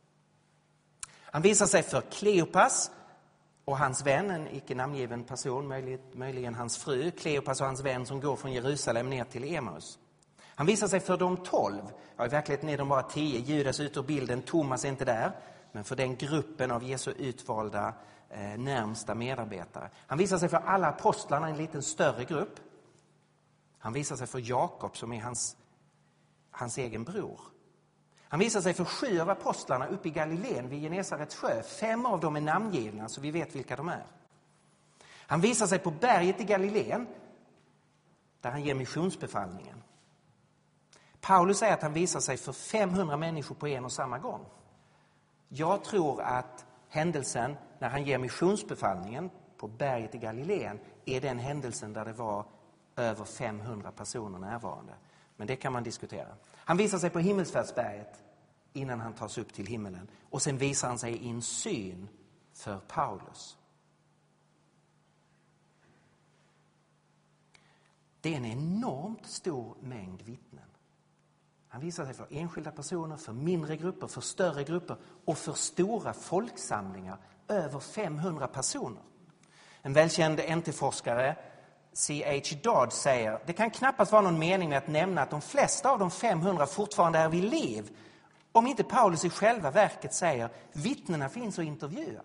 Han visar sig för Kleopas och hans vän, en icke namngiven person, möjligen hans fru. Kleopas och hans vän som går från Jerusalem ner till Emmaus. Han visar sig för de 12. Ja, i verkligheten är de bara 10. Judas ut ur bilden, Thomas är inte där. Men för den gruppen av Jesu utvalda närmsta medarbetare. Han visar sig för alla apostlarna, en liten större grupp. Han visar sig för Jakob som är hans egen bror. Han visar sig för 7 av apostlarna uppe i Galileen vid Genesarets sjö. 5 av dem är namngivna så vi vet vilka de är. Han visar sig på berget i Galileen där han ger missionsbefallningen. Paulus säger att han visar sig för 500 människor på en och samma gång. Jag tror att händelsen när han ger missionsbefallningen på berget i Galileen är den händelsen där det var över 500 personer närvarande. Men det kan man diskutera. Han visar sig på himmelsfärdsberget innan han tas upp till himmelen. Och sen visar han sig i en syn för Paulus. Det är en enormt stor mängd vittnen. Han visar sig för enskilda personer, för mindre grupper, för större grupper och för stora folksamlingar. Över 500 personer. En välkänd NT-forskare, C.H. Dodd, säger det kan knappast vara någon mening med att nämna att de flesta av de 500 fortfarande är vid liv. Om inte Paulus i själva verket säger vittnena finns att intervjua.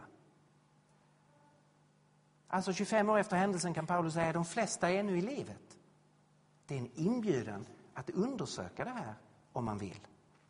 Alltså 25 år efter händelsen kan Paulus säga att de flesta är ännu i livet. Det är en inbjudan att undersöka det här om man vill.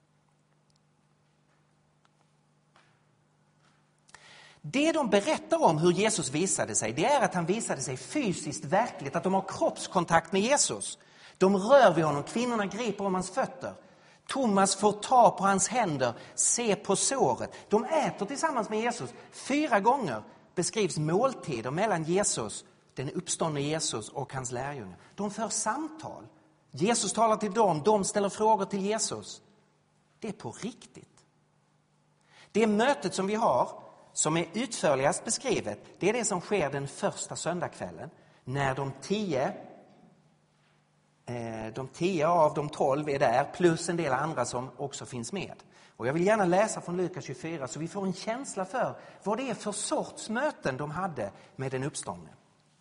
Det de berättar om hur Jesus visade sig, det är att han visade sig fysiskt verkligt, att de har kroppskontakt med Jesus. De rör vid honom, kvinnorna griper om hans fötter. Thomas får ta på hans händer, se på såret. De äter tillsammans med Jesus. 4 gånger beskrivs måltider mellan Jesus, den uppståndne Jesus och hans lärjungar. De för samtal. Jesus talar till dem, de ställer frågor till Jesus. Det är på riktigt. Det mötet som vi har, som är utförligast beskrivet, det är det som sker den första söndagskvällen. När de 10 av de 12 är där, plus en del andra som också finns med. Och jag vill gärna läsa från Lukas 24 så vi får en känsla för vad det är för sorts möten de hade med den uppståndne.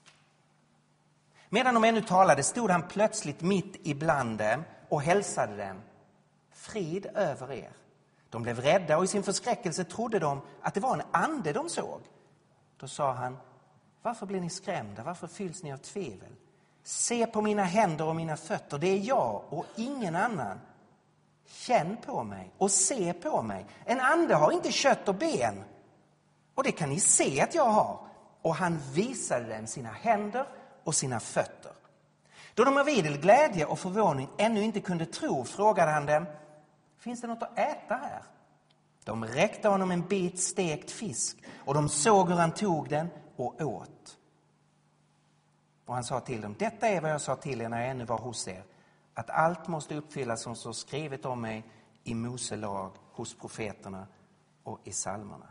Medan de ännu talade stod han plötsligt mitt ibland dem och hälsade dem. Frid över er. De blev rädda och i sin förskräckelse trodde de att det var en ande de såg. Då sa han, varför blir ni skrämda? Varför fylls ni av tvivel? Se på mina händer och mina fötter, det är jag och ingen annan. Känn på mig och se på mig. En ande har inte kött och ben. Och det kan ni se att jag har. Och han visade dem sina händer och sina fötter. Då de av idel glädje och förvåning ännu inte kunde tro frågade han dem, finns det något att äta här? De räckte honom en bit stekt fisk och de såg hur han tog den och åt. Och han sa till dem, detta är vad jag sa till er när jag ännu var hos er. Att allt måste uppfyllas som så skrivet om mig i Mose lag, hos profeterna och i psalmerna.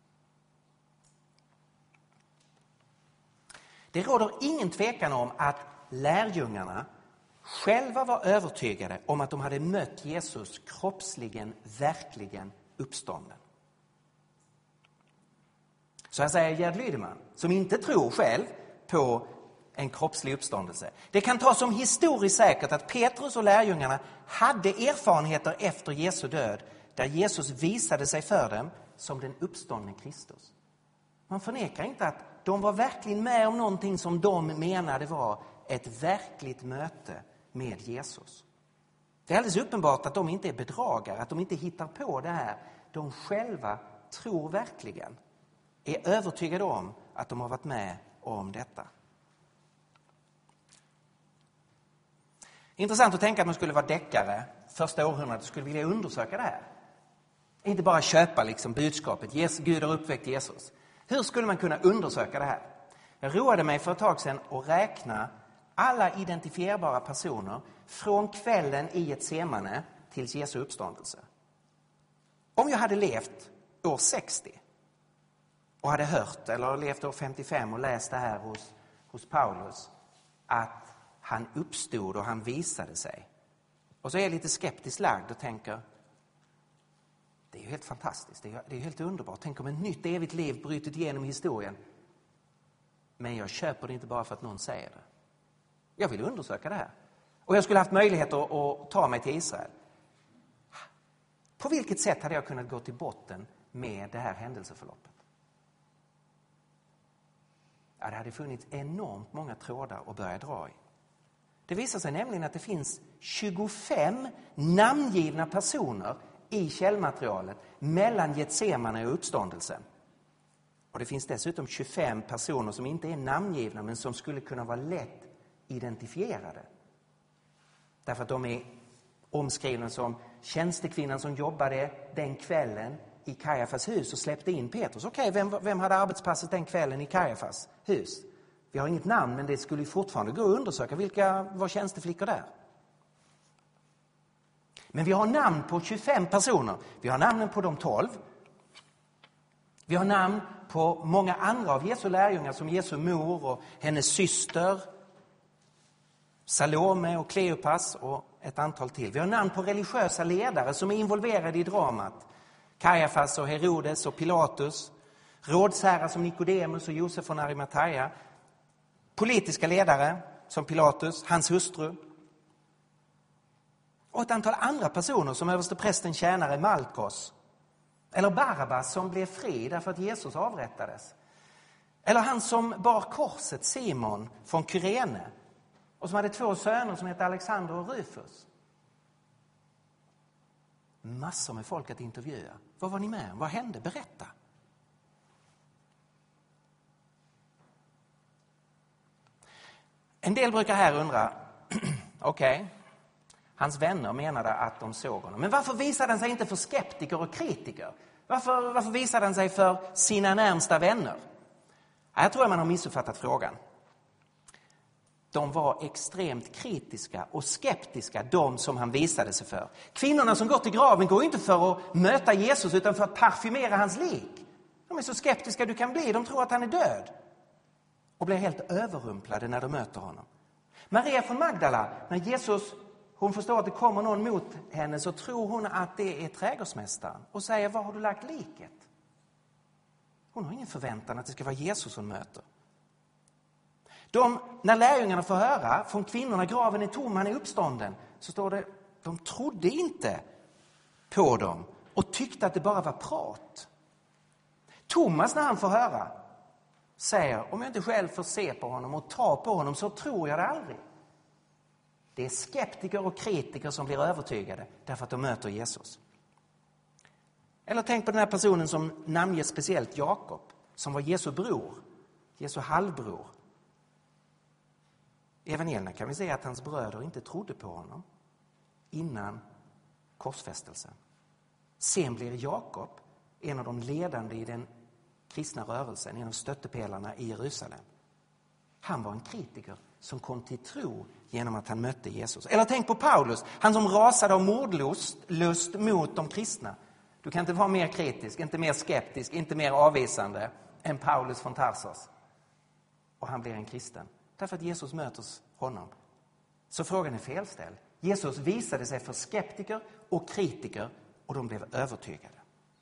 Det råder ingen tvekan om att lärjungarna själva var övertygade om att de hade mött Jesus kroppsligen, verkligen uppstånden. Så här säger Gerd Lydeman, som inte tror själv på en kroppslig uppståndelse. Det kan tas som historiskt säkert att Petrus och lärjungarna hade erfarenheter efter Jesu död där Jesus visade sig för dem som den uppståndne Kristus. Man förnekar inte att de var verkligen med om någonting som de menade var ett verkligt möte med Jesus. Det är alldeles uppenbart att de inte är bedragare, att de inte hittar på det här. De själva tror verkligen, är övertygade om att de har varit med om detta. Intressant att tänka att man skulle vara deckare första århundradet skulle vilja undersöka det här. Inte bara köpa budskapet, Gud har uppväckt Jesus. Hur skulle man kunna undersöka det här? Jag roade mig för ett tag sedan att räkna alla identifierbara personer från kvällen i Getsemane till Jesu uppståndelse. Om jag hade levt år 60 och hade hört, eller levt år 55 och läst det här hos Paulus, att han uppstod och han visade sig. Och så är jag lite skeptiskt lagd och tänker, det är ju helt fantastiskt, det är ju helt underbart. Tänk om ett nytt evigt liv bryter igenom historien. Men jag köper det inte bara för att någon säger det. Jag vill undersöka det här. Och jag skulle haft möjlighet att ta mig till Israel. På vilket sätt hade jag kunnat gå till botten med det här händelseförloppet? Ja, det hade funnits enormt många trådar att börja dra i. Det visar sig nämligen att det finns 25 namngivna personer i källmaterialet mellan Getsemane och uppståndelsen. Och det finns dessutom 25 personer som inte är namngivna men som skulle kunna vara lätt identifierade. Därför att de är omskrivna som tjänstekvinnan som jobbade den kvällen i Kajafas hus och släppte in Petrus. Okej, vem hade arbetspasset den kvällen i Kajafas hus? Vi har inget namn, men det skulle fortfarande gå att undersöka vilka var tjänsteflickor där. Men vi har namn på 25 personer. Vi har namnen på de 12. Vi har namn på många andra av Jesu lärjungar som Jesu mor och hennes syster, Salome och Kleopas och ett antal till. Vi har namn på religiösa ledare som är involverade i dramat. Kajafas och Herodes och Pilatus, rådsherrar som Nikodemus och Josef från Arimathea, politiska ledare som Pilatus, hans hustru och ett antal andra personer som översteprästen tjänare Malkos eller Barabbas som blev fri därför att Jesus avrättades. Eller han som bar korset, Simon från Kyrene och som hade 2 söner som hette Alexander och Rufus. Massor med folk att intervjua. Vad var ni med? Vad hände? Berätta. En del brukar här undra, okej, hans vänner menade att de såg honom. Men varför visade han sig inte för skeptiker och kritiker? Varför visade han sig för sina närmsta vänner? Jag tror att man har missuppfattat frågan. De var extremt kritiska och skeptiska, de som han visade sig för. Kvinnorna som går till graven går inte för att möta Jesus utan för att parfymera hans lik. De är så skeptiska du kan bli, de tror att han är död. Och blir helt överrumplade när de möter honom. Maria från Magdala, när Jesus, hon förstår att det kommer någon mot henne så tror hon att det är trädgårdsmästaren. Och säger, var har du lagt liket? Hon har ingen förväntan att det ska vara Jesus hon möter. När lärjungarna får höra från kvinnorna, graven är tom, han är uppstånden, så står det, de trodde inte på dem och tyckte att det bara var prat. Thomas, när han får höra, säger, om jag inte själv får se på honom och ta på honom så tror jag det aldrig. Det är skeptiker och kritiker som blir övertygade därför att de möter Jesus. Eller tänk på den här personen som namnger speciellt Jakob, som var Jesu bror, Jesu halvbror. I evangelierna kan vi se att hans bröder inte trodde på honom innan korsfästelsen. Sen blir Jakob en av de ledande i den kristna rörelsen, en av stöttepelarna i Jerusalem. Han var en kritiker som kom till tro genom att han mötte Jesus. Eller tänk på Paulus, han som rasade av mordlust mot de kristna. Du kan inte vara mer kritisk, inte mer skeptisk, inte mer avvisande än Paulus från Tarsos. Och han blir en kristen. Därför att Jesus möter honom. Så frågan är felställd. Jesus visade sig för skeptiker och kritiker och de blev övertygade.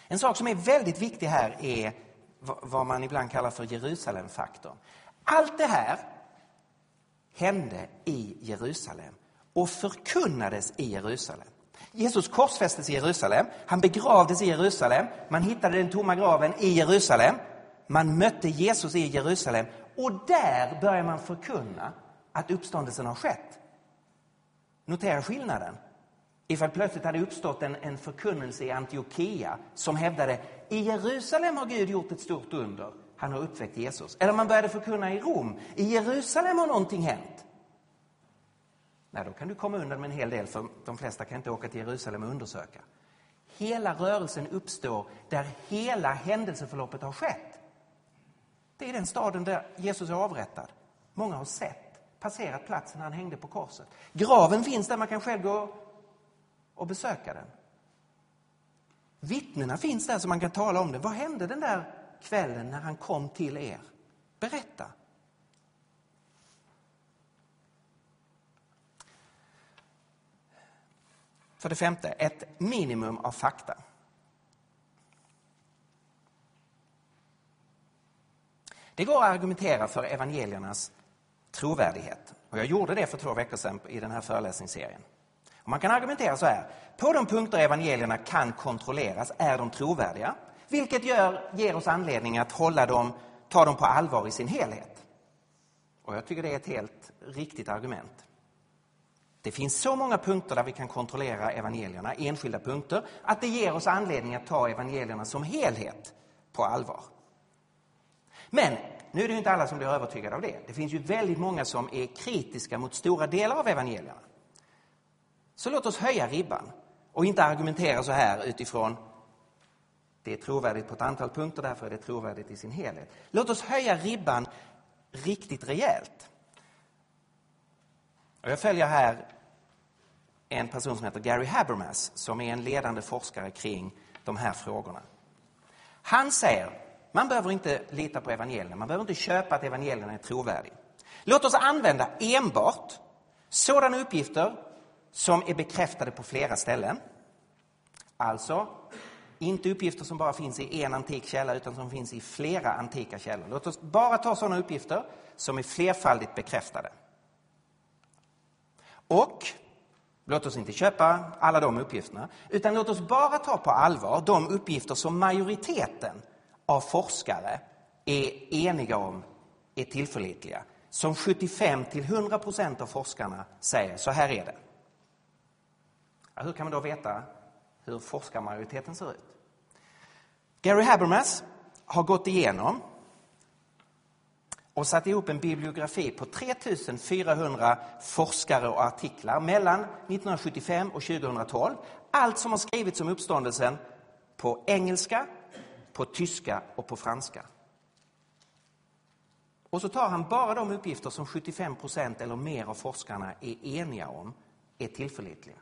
En sak som är väldigt viktig här är vad man ibland kallar för Jerusalem-faktorn. Allt det här hände i Jerusalem och förkunnades i Jerusalem. Jesus korsfästes i Jerusalem, han begravdes i Jerusalem, man hittade den tomma graven i Jerusalem, man mötte Jesus i Jerusalem och där börjar man förkunna att uppståndelsen har skett. Notera skillnaden. Ifall plötsligt hade uppstått en förkunnelse i Antiochia som hävdade i Jerusalem har Gud gjort ett stort under. Han har uppväckt Jesus. Eller man började förkunna i Rom. I Jerusalem har någonting hänt. Nej, då kan du komma undan med en hel del, för de flesta kan inte åka till Jerusalem och undersöka. Hela rörelsen uppstår där hela händelseförloppet har skett. Det är den staden där Jesus är avrättad. Många har passerat platsen han hängde på korset. Graven finns där, man kan själv gå och besöka den. Vittnena finns där så man kan tala om det. Vad hände den där kvällen när han kom till er? Berätta. För det femte, ett minimum av fakta. Det går att argumentera för evangeliernas trovärdighet. Och jag gjorde det för 2 veckor sedan i den här föreläsningsserien. Och man kan argumentera så här. På de punkter evangelierna kan kontrolleras är de trovärdiga. Vilket ger oss anledning att ta dem på allvar i sin helhet. Och jag tycker det är ett helt riktigt argument. Det finns så många punkter där vi kan kontrollera evangelierna, enskilda punkter, att det ger oss anledning att ta evangelierna som helhet på allvar. Men nu är det ju inte alla som blir övertygade av det. Det finns ju väldigt många som är kritiska mot stora delar av evangelierna. Så låt oss höja ribban och inte argumentera så här utifrån det är trovärdigt på ett antal punkter, därför är det trovärdigt i sin helhet. Låt oss höja ribban riktigt rejält. Och jag följer här en person som heter Gary Habermas som är en ledande forskare kring de här frågorna. Han säger, man behöver inte lita på evangelierna, man behöver inte köpa att evangelierna är trovärdiga. Låt oss använda enbart sådana uppgifter som är bekräftade på flera ställen. Alltså, inte uppgifter som bara finns i en antik källa utan som finns i flera antika källor. Låt oss bara ta sådana uppgifter som är flerfaldigt bekräftade. Och låt oss inte köpa alla de uppgifterna, utan låt oss bara ta på allvar de uppgifter som majoriteten av forskare är eniga om är tillförlitliga. Som 75-100% av forskarna säger, så här är det. Ja, hur kan man då veta hur forskarmajoriteten ser ut? Gary Habermas har gått igenom och satt ihop en bibliografi på 3400 forskare och artiklar mellan 1975 och 2012. Allt som har skrivits om uppståndelsen på engelska, på tyska och på franska. Och så tar han bara de uppgifter som 75% eller mer av forskarna är eniga om är tillförlitliga.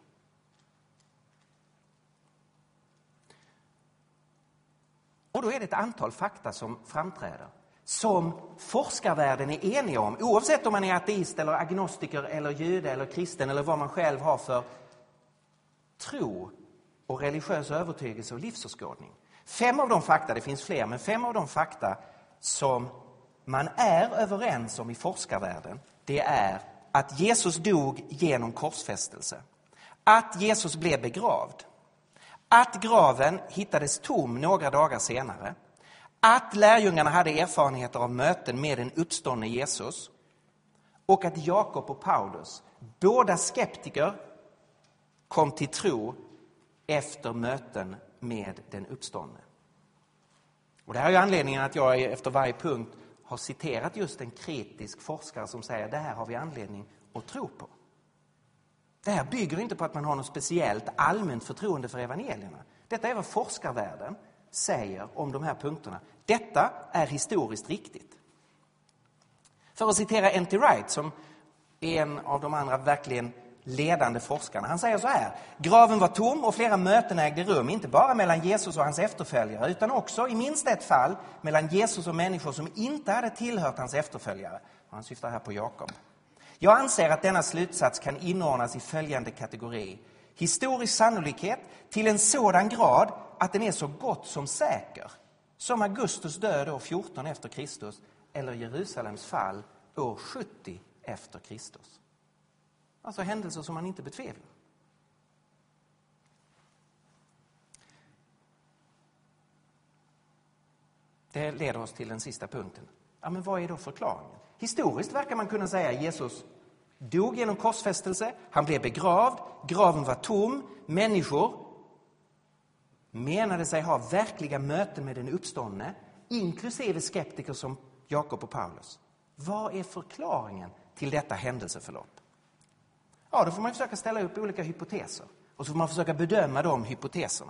Och då är det ett antal fakta som framträder. Som forskarvärlden är eniga om. Oavsett om man är ateist eller agnostiker eller jude eller kristen eller vad man själv har för tro och religiös övertygelse och livsåskådning. 5 av de fakta, det finns fler, men 5 av de fakta som man är överens om i forskarvärlden, det är att Jesus dog genom korsfästelse. Att Jesus blev begravd. Att graven hittades tom några dagar senare. Att lärjungarna hade erfarenheter av möten med den uppståndne Jesus. Och att Jakob och Paulus, båda skeptiker, kom till tro efter möten med den uppståndne. Och det här är ju anledningen att jag efter varje punkt har citerat just en kritisk forskare som säger det här har vi anledning att tro på. Det här bygger inte på att man har något speciellt allmänt förtroende för evangelierna. Detta är vad forskarvärlden säger om de här punkterna. Detta är historiskt riktigt. För att citera N.T. Wright som är en av de andra verkligen ledande forskarna. Han säger så här: graven var tom och flera möten ägde rum, inte bara mellan Jesus och hans efterföljare utan också i minst ett fall mellan Jesus och människor som inte hade tillhört hans efterföljare. Han syftar här på Jakob. Jag anser att denna slutsats kan inordnas i följande kategori. Historisk sannolikhet till en sådan grad att den är så gott som säker. Som Augustus död år 14 efter Kristus eller Jerusalems fall år 70 efter Kristus. Alltså händelser som man inte betvivlar. Det leder oss till den sista punkten. Ja, men vad är då förklaringen? Historiskt verkar man kunna säga att Jesus dog genom korsfästelse, han blev begravd, graven var tom, människor menade sig ha verkliga möten med den uppståndne, inklusive skeptiker som Jakob och Paulus. Vad är förklaringen till detta händelseförlopp? Ja, då får man försöka ställa upp olika hypoteser och så får man försöka bedöma de hypoteserna.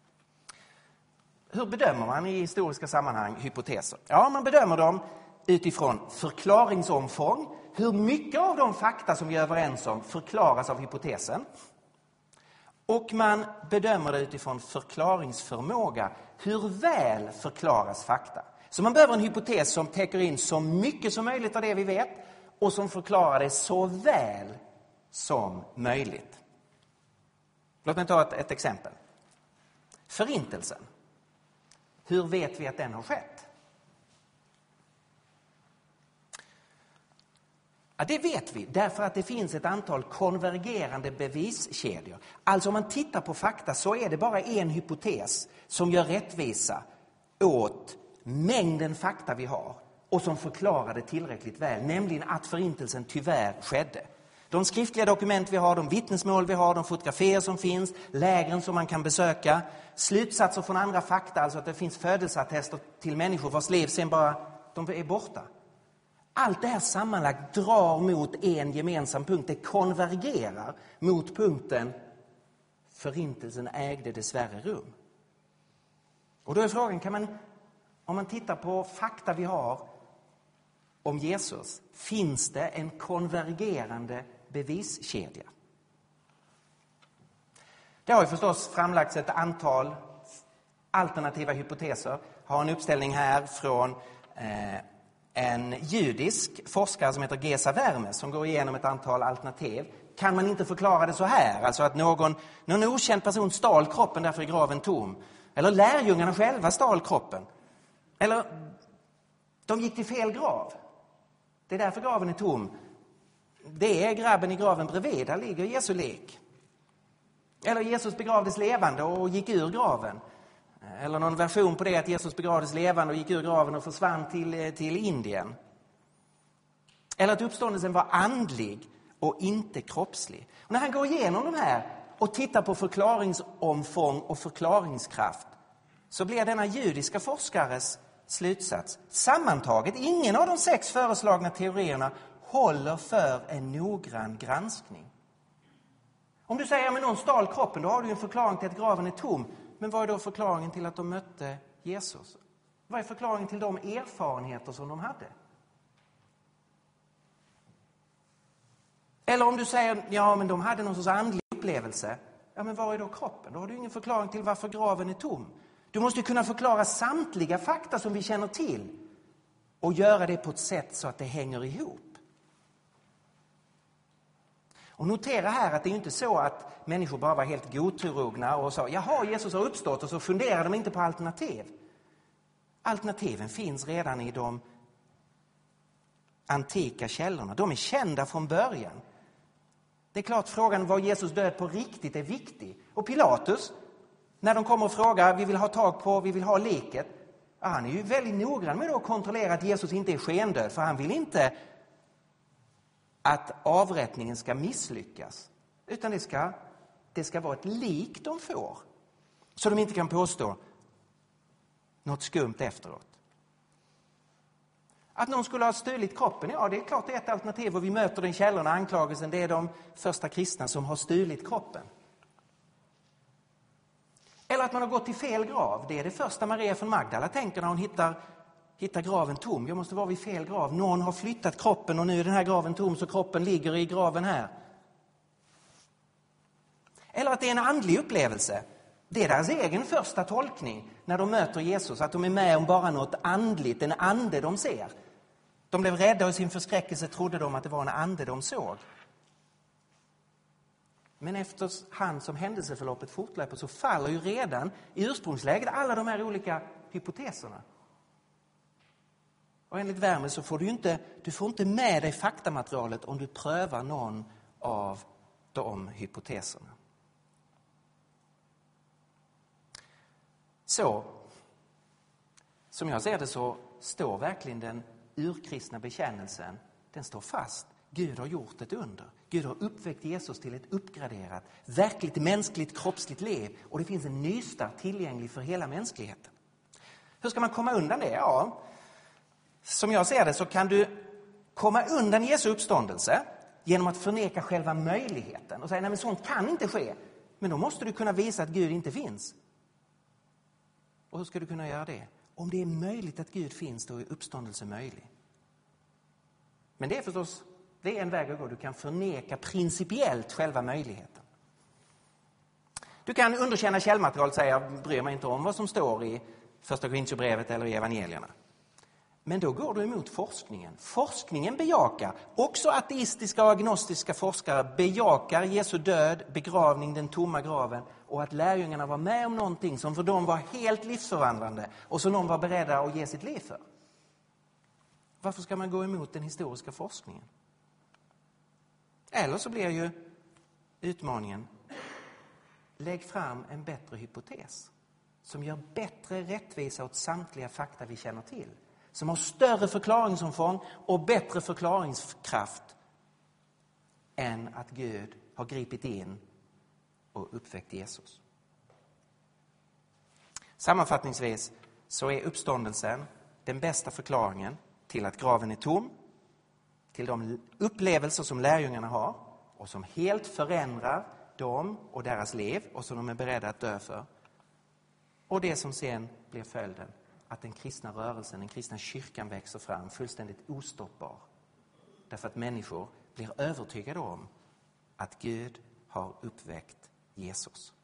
Hur bedömer man i historiska sammanhang hypoteser? Ja, man bedömer dem utifrån förklaringsomfång. Hur mycket av de fakta som vi är överens om förklaras av hypotesen? Och man bedömer det utifrån förklaringsförmåga. Hur väl förklaras fakta? Så man behöver en hypotes som täcker in så mycket som möjligt av det vi vet och som förklarar det så väl som möjligt. Låt mig ta ett exempel. Förintelsen. Hur vet vi att den har skett? Ja, det vet vi därför att det finns ett antal konvergerande beviskedjor. Alltså om man tittar på fakta så är det bara en hypotes som gör rättvisa åt mängden fakta vi har och som förklarar det tillräckligt väl, nämligen att förintelsen tyvärr skedde. De skriftliga dokument vi har, de vittnesmål vi har, de fotografier som finns, lägren som man kan besöka, slutsatser från andra fakta, alltså att det finns födelseattester till människor vars liv sen bara de är borta. Allt det här sammanlagt drar mot en gemensam punkt. Det konvergerar mot punkten förintelsen ägde dessvärre rum. Och då är frågan, om man tittar på fakta vi har om Jesus, finns det en konvergerande beviskedja? Det har ju förstås framlagts ett antal alternativa hypoteser. Jag har en uppställning här från en judisk forskare som heter Gesa Vermes som går igenom ett antal alternativ. Kan man inte förklara det så här? Alltså att någon okänd person stal kroppen, därför är graven tom. Eller lärjungarna själva stal kroppen. Eller de gick till fel grav. Det är därför graven är tom. Det är grabben i graven bredvid, där ligger Jesu lik. Eller Jesus begravdes levande och gick ur graven. Eller någon version på det att Jesus begravdes levande och gick ur graven och försvann till Indien. Eller att uppståndelsen var andlig och inte kroppslig. Och när han går igenom de här och tittar på förklaringsomfång och förklaringskraft så blir denna judiska forskares slutsats sammantaget: ingen av de 6 föreslagna teorierna håller för en noggrann granskning. Om du säger att någon stal kroppen, då har du en förklaring till att graven är tom. Men vad är då förklaringen till att de mötte Jesus? Vad är förklaringen till de erfarenheter som de hade? Eller om du säger, ja men de hade någon sorts andlig upplevelse. Ja men vad är då kroppen? Då har du ingen förklaring till varför graven är tom. Du måste kunna förklara samtliga fakta som vi känner till och göra det på ett sätt så att det hänger ihop. Och notera här att det är inte så att människor bara var helt godtrogna och sa, jaha, Jesus har uppstått, och så funderar de inte på alternativ. Alternativen finns redan i de antika källorna. De är kända från början. Det är klart frågan var Jesus död på riktigt är viktig. Och Pilatus, när de kommer och frågar, vi vill ha liket. Han är ju väldigt noggrann med att kontrollera att Jesus inte är skendöd, för han vill inte att avrättningen ska misslyckas. Utan det ska vara ett lik de får. Så de inte kan påstå något skumt efteråt. Att någon skulle ha stulit kroppen, ja det är klart det är ett alternativ. Och vi möter den källorna, anklagelsen, det är de första kristna som har stulit kroppen. Eller att man har gått till fel grav. Det är det första Maria från Magdala tänker när hon hittar graven tom. Jag måste vara vid fel grav. Någon har flyttat kroppen och nu är den här graven tom, så kroppen ligger i graven här. Eller att det är en andlig upplevelse. Det är deras egen första tolkning när de möter Jesus. Att de är med om bara något andligt, en ande de ser. De blev rädda och i sin förskräckelse trodde de att det var en ande de såg. Men efterhand som händelseförloppet fortlöper så faller ju redan i ursprungsläget alla de här olika hypoteserna. Och enligt Wermel så får du får inte med dig faktamaterialet om du prövar någon av de hypoteserna. Så, som jag ser det så står verkligen den urkristna bekännelsen, den står fast. Gud har gjort ett under. Gud har uppväckt Jesus till ett uppgraderat, verkligt mänskligt, kroppsligt liv. Och det finns en nystart tillgänglig för hela mänskligheten. Hur ska man komma undan det? Ja, som jag ser det så kan du komma undan Jesu uppståndelse genom att förneka själva möjligheten. Och säga, nej men sånt kan inte ske. Men då måste du kunna visa att Gud inte finns. Och hur ska du kunna göra det? Om det är möjligt att Gud finns, då är uppståndelse möjlig. Men det är förstås, det är en väg att gå. Du kan förneka principiellt själva möjligheten. Du kan underkänna källmaterial och säga, jag bryr mig inte om vad som står i första Korinthierbrevet eller i evangelierna. Men då går du emot forskningen. Forskningen bejakar, också ateistiska och agnostiska forskare bejakar Jesu död, begravning, den tomma graven och att lärjungarna var med om någonting som för dem var helt livsförvandlande och som de var beredda att ge sitt liv för. Varför ska man gå emot den historiska forskningen? Eller så blir ju utmaningen, lägg fram en bättre hypotes som gör bättre rättvisa åt samtliga fakta vi känner till. Som har större förklaringsomfång och bättre förklaringskraft än att Gud har gripit in och uppväckt Jesus. Sammanfattningsvis så är uppståndelsen den bästa förklaringen till att graven är tom, till de upplevelser som lärjungarna har och som helt förändrar dem och deras liv och som de är beredda att dö för. Och det som sen blir följden, att den kristna rörelsen, den kristna kyrkan växer fram fullständigt ostoppbar. Därför att människor blir övertygade om att Gud har uppväckt Jesus.